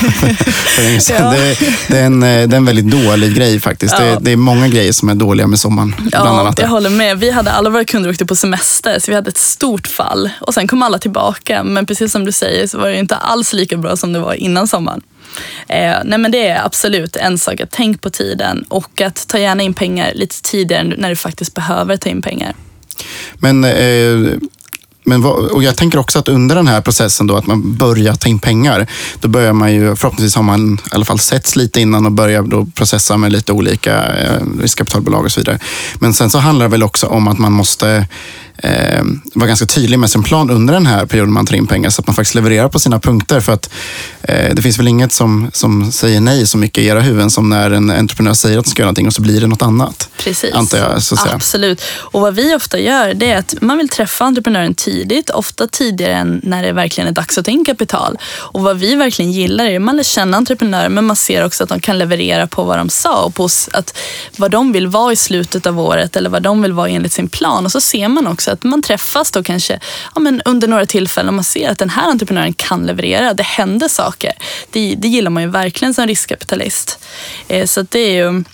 Ja. det, det, är en, det är en väldigt dålig grej faktiskt. Ja. Det, det är många grejer som är dåliga med sommaren. Ja, bland annat. Jag håller med. Vi hade alla våra kunder åkte på semester, så vi hade ett stort fall. Och sen kom alla tillbaka. Men precis som du säger så var det inte alls lika bra som det var innan sommaren. Eh, nej men det är absolut en sak, att tänk på tiden och att ta gärna in pengar lite tidigare när du faktiskt behöver ta in pengar. Men... Eh, Men vad, och jag tänker också att under den här processen då, att man börjar ta in pengar, då börjar man ju, förhoppningsvis har man i alla fall setts lite innan och börjar då processa med lite olika eh, riskkapitalbolag och så vidare. Men sen så handlar det väl också om att man måste eh, vara ganska tydlig med sin plan under den här perioden man tar in pengar, så att man faktiskt levererar på sina punkter, för att eh, det finns väl inget som, som säger nej så mycket i era huvuden som när en entreprenör säger att de ska göra någonting och så blir det något annat. Precis, antar jag, så att säga. Absolut. Och vad vi ofta gör, det är att man vill träffa entreprenören tidigt, ofta tidigare än när det verkligen är dags att ta in kapital. Och vad vi verkligen gillar är att man lär känna entreprenörer, men man ser också att de kan leverera på vad de sa och på att vad de vill vara i slutet av året eller vad de vill vara enligt sin plan. Och så ser man också att man träffas då kanske ja, men under några tillfällen och man ser att den här entreprenören kan leverera. Det händer saker. Det, det gillar man ju verkligen som riskkapitalist. Eh, så att det är ju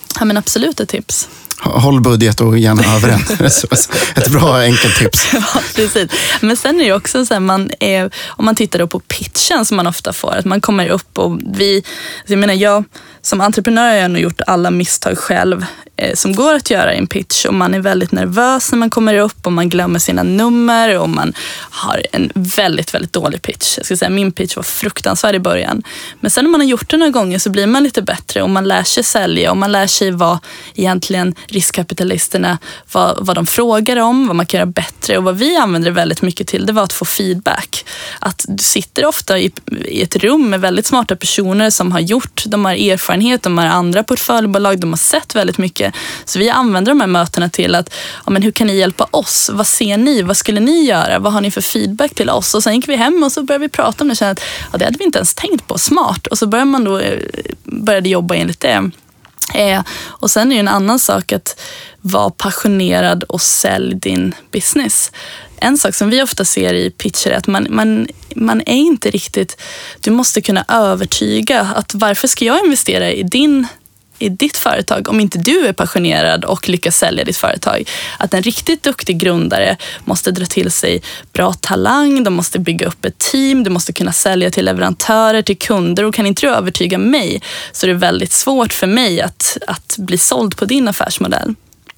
Ja, men absolut ett tips. Håll budget och gärna över den. Ett bra enkelt tips. Ja, precis. Men sen är det också så här, man är, om man tittar då på pitchen som man ofta får, att man kommer upp och vi, jag menar jag som entreprenör har jag nog gjort alla misstag själv eh, som går att göra i en pitch, och man är väldigt nervös när man kommer upp och man glömmer sina nummer och man har en väldigt, väldigt dålig pitch. Jag ska säga min pitch var fruktansvärd i början. Men sen när man har gjort det några gånger så blir man lite bättre och man lär sig sälja och man lär sig vad egentligen riskkapitalisterna, vad, vad de frågar om, vad man kan göra bättre, och vad vi använder väldigt mycket till, det var att få feedback. Att du sitter ofta i, i ett rum med väldigt smarta personer som har gjort, de har erfarenhet, de har andra portföljbolag, de har sett väldigt mycket. Så vi använder de här mötena till att, ja, men hur kan ni hjälpa oss? Vad ser ni? Vad skulle ni göra? Vad har ni för feedback till oss? Och sen gick vi hem och så började vi prata om det och kände att ja, det hade vi inte ens tänkt på. Smart. Och så började man då började jobba enligt det. Eh, och sen är det en annan sak att vara passionerad och sälj din business. En sak som vi ofta ser i pitcher är att man, man, man är inte riktigt, du måste kunna övertyga att varför ska jag investera i din i ditt företag om inte du är passionerad och lyckas sälja ditt företag. Att en riktigt duktig grundare måste dra till sig bra talang, de måste bygga upp ett team, du måste kunna sälja till leverantörer, till kunder, och kan inte du övertyga mig så är det väldigt svårt för mig att, att bli såld på din affärsmodell.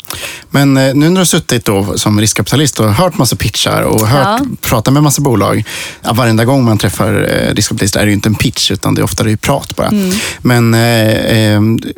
Men nu när du har suttit då som riskkapitalist och hört massa pitchar och hört, ja. pratat med massa bolag, ja, varenda gång man träffar riskkapitalister är det ju inte en pitch utan det är ofta det är prat bara. Mm. Men eh,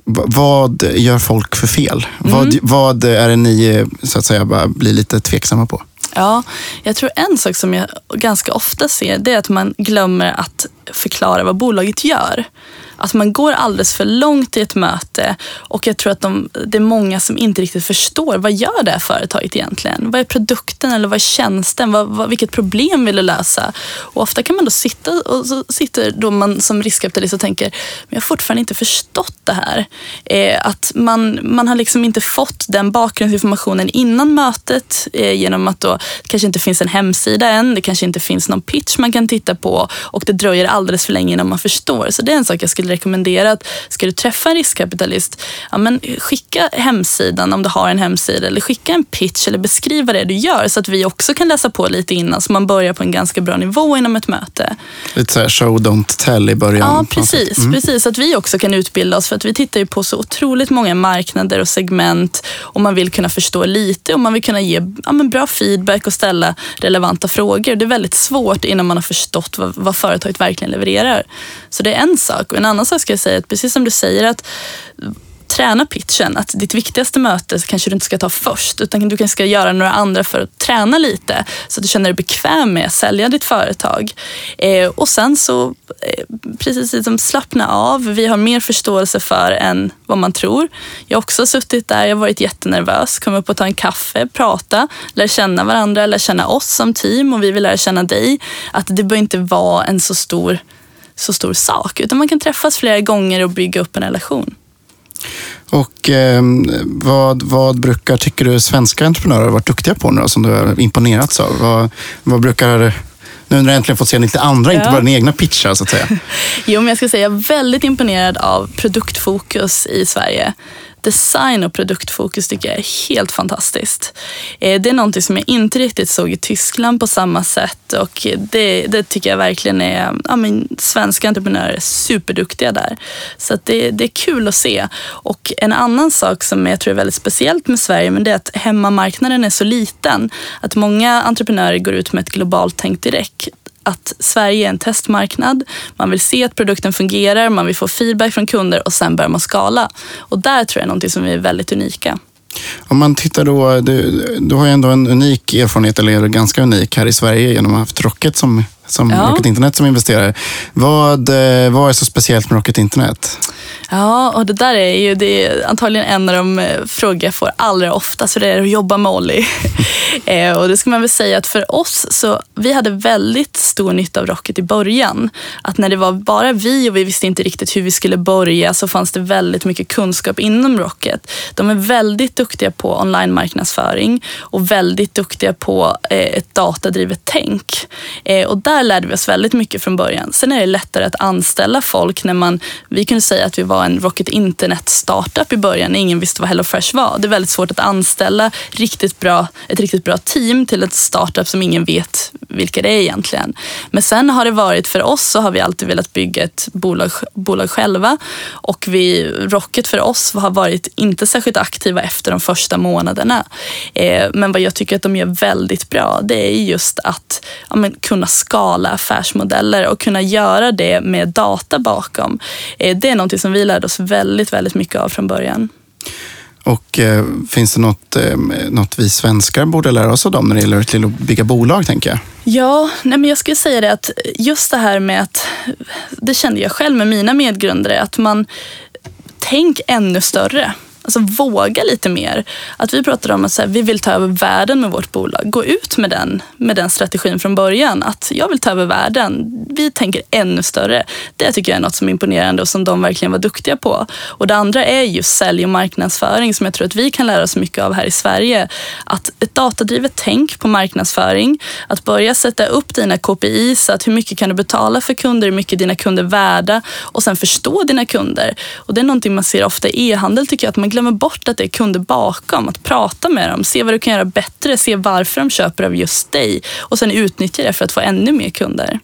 vad gör folk för fel? Mm. Vad, vad är det ni så att säga bara blir lite tveksamma på? Ja, jag tror en sak som jag ganska ofta ser, det är att man glömmer att förklara vad bolaget gör. Att man går alldeles för långt i ett möte, och jag tror att de, det är många som inte riktigt förstår vad gör det här företaget egentligen? Vad är produkten eller vad är tjänsten? Vad, vad, vilket problem vill du lösa? Och ofta kan man då sitta och så sitter då man som riskkapitalist och tänker, men jag har fortfarande inte förstått det här. Eh, att man, man har liksom inte fått den bakgrundsinformationen innan mötet eh, genom att då det kanske inte finns en hemsida än, det kanske inte finns någon pitch man kan titta på, och det dröjer alldeles för länge innan man förstår. Så det är en sak jag skulle rekommendera, att ska du träffa en riskkapitalist, ja, men skicka hemsidan om du har en hemsida, eller skicka en pitch eller beskriva det du gör så att vi också kan läsa på lite innan, så man börjar på en ganska bra nivå inom ett möte. Lite så här show don't tell i början. Ja, precis. Mm. precis. Att vi också kan utbilda oss, för att vi tittar ju på så otroligt många marknader och segment, och man vill kunna förstå lite och man vill kunna ge ja, men bra feedback och ställa relevanta frågor. Det är väldigt svårt innan man har förstått vad, vad företaget verkligen levererar. Så det är en sak. Och en annan sak ska jag säga, att precis som du säger, att träna pitchen, att ditt viktigaste möte kanske du inte ska ta först, utan du kanske ska göra några andra för att träna lite så att du känner dig bekväm med att sälja ditt företag. Eh, och sen så eh, precis som slappna av, vi har mer förståelse för än vad man tror. Jag har också suttit där, jag har varit jättenervös, kom upp och ta en kaffe, prata, lära känna varandra, lära känna oss som team, och vi vill lära känna dig. Att det bör inte vara en så stor så stor sak, utan man kan träffas flera gånger och bygga upp en relation. Och eh, vad, vad brukar, tycker du, svenska entreprenörer har varit duktiga på nu då, som du har imponerats av? Vad, vad brukar, nu när du äntligen fått se lite andra, ja. inte bara den egna pitchar så att säga. Jo, men jag ska säga, jag är väldigt imponerad av produktfokus i Sverige. Design och produktfokus tycker jag är helt fantastiskt. Det är någonting som jag inte riktigt såg i Tyskland på samma sätt, och det, det tycker jag verkligen är, ja, men svenska entreprenörer är superduktiga där. Så att det, det är kul att se. Och en annan sak som jag tror är väldigt speciellt med Sverige, men det är att hemmamarknaden är så liten att många entreprenörer går ut med ett globalt tänk direkt. Att Sverige är en testmarknad, man vill se att produkten fungerar, man vill få feedback från kunder och sen börjar man skala. Och där tror jag är någonting som är väldigt unika. Om man tittar då, du, du har ju ändå en unik erfarenhet, eller ganska unik här i Sverige genom att ha haft Rocket som, som ja. Rocket Internet som investerare. Vad, vad är så speciellt med Rocket Internet? Ja, och det där är ju det är antagligen en av de frågor jag får allra ofta, så det är att jobba med Olli. eh, och det ska man väl säga att för oss, så vi hade väldigt stor nytta av Rocket i början. Att när det var bara vi och vi visste inte riktigt hur vi skulle börja, så fanns det väldigt mycket kunskap inom Rocket. De är väldigt duktiga på online-marknadsföring och väldigt duktiga på eh, ett datadrivet tänk. Eh, och där där lärde vi oss väldigt mycket från början. Sen är det lättare att anställa folk när man, vi kunde säga att vi var en Rocket Internet startup i början. Ingen visste vad HelloFresh var. Det är väldigt svårt att anställa riktigt bra, ett riktigt bra team till ett startup som ingen vet vilka det är egentligen. Men sen har det varit, för oss så har vi alltid velat bygga ett bolag, bolag själva, och vi, Rocket för oss har varit inte särskilt aktiva efter de första månaderna. Eh, men vad jag tycker att de gör väldigt bra, det är just att ja, men, kunna skala affärsmodeller och kunna göra det med data bakom. Eh, det är något som vi lärde oss väldigt, väldigt mycket av från början. Och eh, finns det något, eh, något vi svenskar borde lära oss av dem när det gäller till att bygga bolag, tänker jag? Ja, nej men jag skulle säga det att just det här med att, det kände jag själv med mina medgrundare, att man tänk ännu större. Alltså våga lite mer. Att vi pratar om att så här, vi vill ta över världen med vårt bolag. Gå ut med den, med den strategin från början. Att jag vill ta över världen. Vi tänker ännu större. Det tycker jag är något som är imponerande och som de verkligen var duktiga på. Och det andra är just sälj och marknadsföring som jag tror att vi kan lära oss mycket av här i Sverige. Att ett datadrivet tänk på marknadsföring. Att börja sätta upp dina K P I så att hur mycket kan du betala för kunder, hur mycket dina kunder är värda, och sen förstå dina kunder. Och det är någonting man ser ofta i e-handel, tycker jag, att man glömmer bort att det är kunder bakom, att prata med dem, se vad du kan göra bättre, se varför de köper av just dig och sen utnyttja det för att få ännu mer kunder.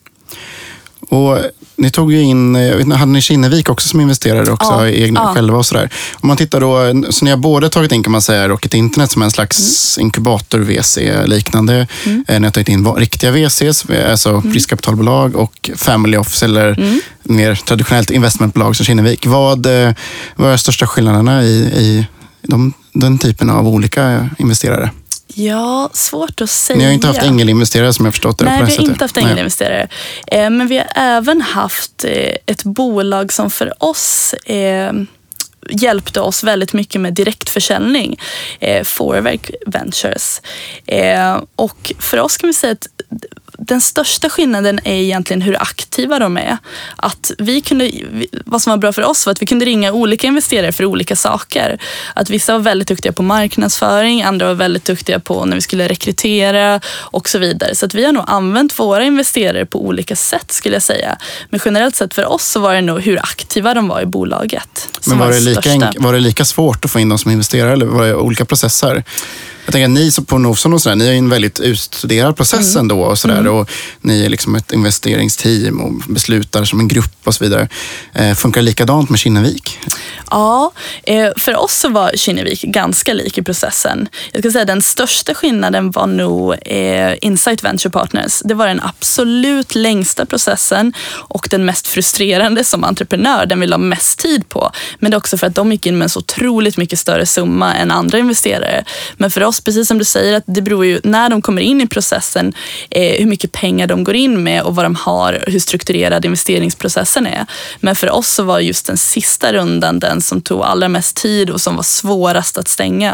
Och ni tog ju in, jag vet inte, hade ni Kinnevik också som investerare också, ja, i egna ja. själva och sådär. Om man tittar då, så ni har både tagit in, kan man säga, Rocket Internet som en slags mm. inkubator-V C-liknande. Mm. Ni har tagit in riktiga V Cs, alltså mm. riskkapitalbolag och family office eller mm. mer traditionellt investmentbolag som Kinnevik. Vad, vad är de största skillnaderna i, i de, den typen av olika investerare? Ja, svårt att säga. Ni har inte haft ängelinvesterare som jag förstått det. Nej, vi har inte haft ängelinvesterare. Eh, men vi har även haft eh, ett bolag som för oss eh, hjälpte oss väldigt mycket med direktförsäljning. Eh, Forwerk Ventures. Eh, och för oss kan vi säga att den största skillnaden är egentligen hur aktiva de är. Att vi kunde, vad som var bra för oss var att vi kunde ringa olika investerare för olika saker. Att vissa var väldigt duktiga på marknadsföring, andra var väldigt duktiga på när vi skulle rekrytera och så vidare. Så att vi har nog använt våra investerare på olika sätt, skulle jag säga. Men generellt sett för oss så var det nog hur aktiva de var i bolaget. Men var, var, det lika enk- var det lika svårt att få in dem som investerare, eller var det olika processer? Jag tänker att ni så på Novson och sådär, ni är en väldigt utstuderad process mm. ändå och sådär, mm. och ni är liksom ett investeringsteam och beslutar som en grupp och så vidare. Eh, funkar det likadant med Kinnevik? Ja, eh, för oss så var Kinnevik ganska lik i processen. Jag ska säga den största skillnaden var nog eh, Insight Venture Partners. Det var den absolut längsta processen och den mest frustrerande som entreprenör. Den vill ha mest tid på. Men det är också för att de gick in med en så otroligt mycket större summa än andra investerare. Men för oss, precis som du säger, att det beror ju när de kommer in i processen eh, hur mycket pengar de går in med och vad de har, hur strukturerad investeringsprocessen är. Men för oss så var just den sista rundan den som tog allra mest tid och som var svårast att stänga.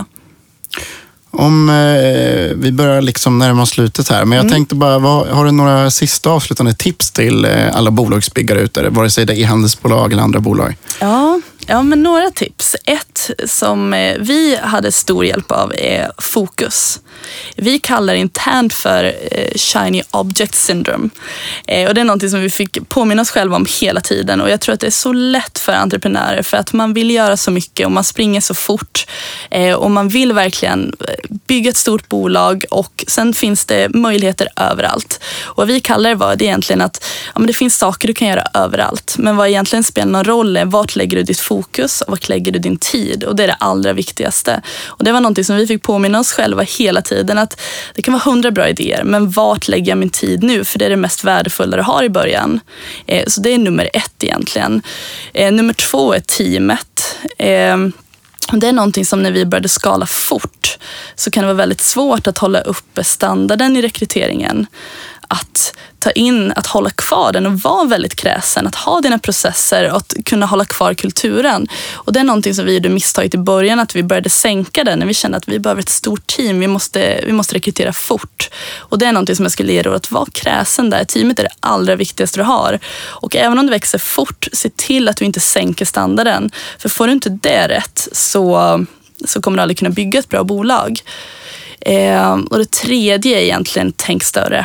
Om eh, vi börjar liksom närma oss slutet här, men jag mm. tänkte bara, vad, har du några sista avslutande tips till eh, alla bolagsbyggare ute, vare sig det är e-handelsbolag eller andra bolag? Ja, ja, men några tips. Ett som eh, vi hade stor hjälp av är fokus. Vi kallar det internt för eh, shiny object syndrome. Eh, och det är något som vi fick påminna oss själva om hela tiden. Och jag tror att det är så lätt för entreprenörer för att man vill göra så mycket och man springer så fort. Eh, och man vill verkligen bygga ett stort bolag och sen finns det möjligheter överallt. Och vad vi kallar det var det egentligen att ja, men det finns saker du kan göra överallt. Men vad egentligen spelar någon roll är vart lägger du ditt fokus och vart lägger du din tid. Och det är det allra viktigaste. Och det var något som vi fick påminna oss själva hela tiden, att det kan vara hundra bra idéer, men vart lägger jag min tid nu? För det är det mest värdefulla du har i början. Eh, så det är nummer ett egentligen. Eh, nummer två är teamet. Eh, det är någonting som när vi började skala fort så kan det vara väldigt svårt att hålla uppe standarden i rekryteringen. Att ta in, att hålla kvar den och vara väldigt kräsen, att ha dina processer och att kunna hålla kvar kulturen. Och det är någonting som vi gjorde misstaget i början, att vi började sänka den när vi kände att vi behöver ett stort team, vi måste, vi måste rekrytera fort. Och det är någonting som jag skulle ge råd att vara kräsen där. Teamet är det allra viktigaste du har. Och även om du växer fort, se till att du inte sänker standarden. För får du inte det rätt så, så kommer du aldrig kunna bygga ett bra bolag. Eh, och det tredje är egentligen tänk större.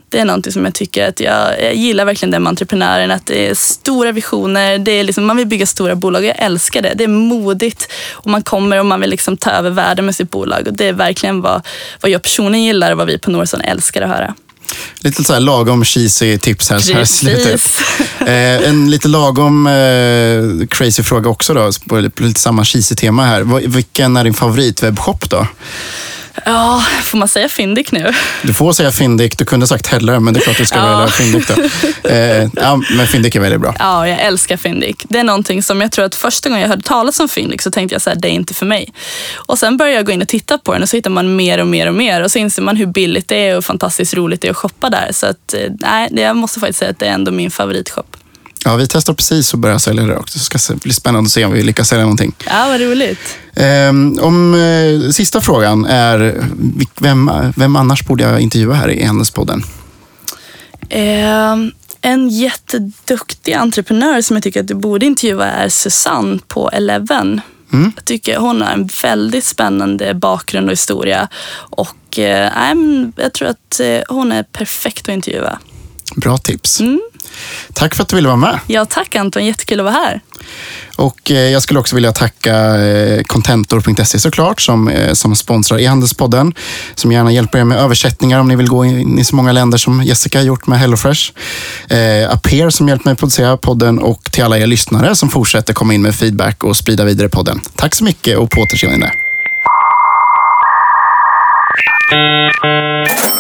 Det är någonting som jag tycker att jag, jag gillar verkligen den med entreprenören. Att det är stora visioner, det är liksom, man vill bygga stora bolag. Jag älskar det. Det är modigt och man kommer och man vill liksom ta över världen med sitt bolag. Och det är verkligen vad, vad jag personligen gillar och vad vi på Norson älskar att höra. Lite så här lagom cheesy tips här. Så här slutet. Eh, en lite lagom eh, crazy fråga också då. På lite samma cheesy tema här. Vilken är din favorit webbshop då? Ja, får man säga Fyndik nu? Du får säga Fyndik, du kunde sagt Heller, men det är klart du ska ja. välja Fyndik då. Eh, ja, men Fyndik är väldigt bra. Ja, jag älskar Fyndik. Det är någonting som jag tror att första gången jag hörde talas om Fyndik så tänkte jag så här, det är inte för mig. Och sen började jag gå in och titta på den och så hittar man mer och mer och mer och så inser man hur billigt det är och fantastiskt roligt det är att shoppa där. Så att, nej, jag måste faktiskt säga att det är ändå min favoritshop. Ja, vi testar precis att börja sälja det också. Det ska bli spännande att se om vi lyckas sälja någonting. Ja, vad roligt. Um, om uh, sista frågan är, vem, vem annars borde jag intervjua här i E-handelspodden? Um, en jätteduktig entreprenör som jag tycker att du borde intervjua är Susanne på Eleven. Mm. Jag tycker hon har en väldigt spännande bakgrund och historia. Och uh, jag tror att uh, hon är perfekt att intervjua. Bra tips. Mm. Tack för att du ville vara med. Ja, tack Anton. Jättekul att vara här. Och eh, jag skulle också vilja tacka eh, Contentor punkt se såklart som, eh, som sponsrar E-handelspodden. Som gärna hjälper er med översättningar om ni vill gå in i så många länder som Jessica har gjort med HelloFresh. Eh, Aper som hjälper mig att producera podden och till alla er lyssnare som fortsätter komma in med feedback och sprida vidare podden. Tack så mycket och på återseende.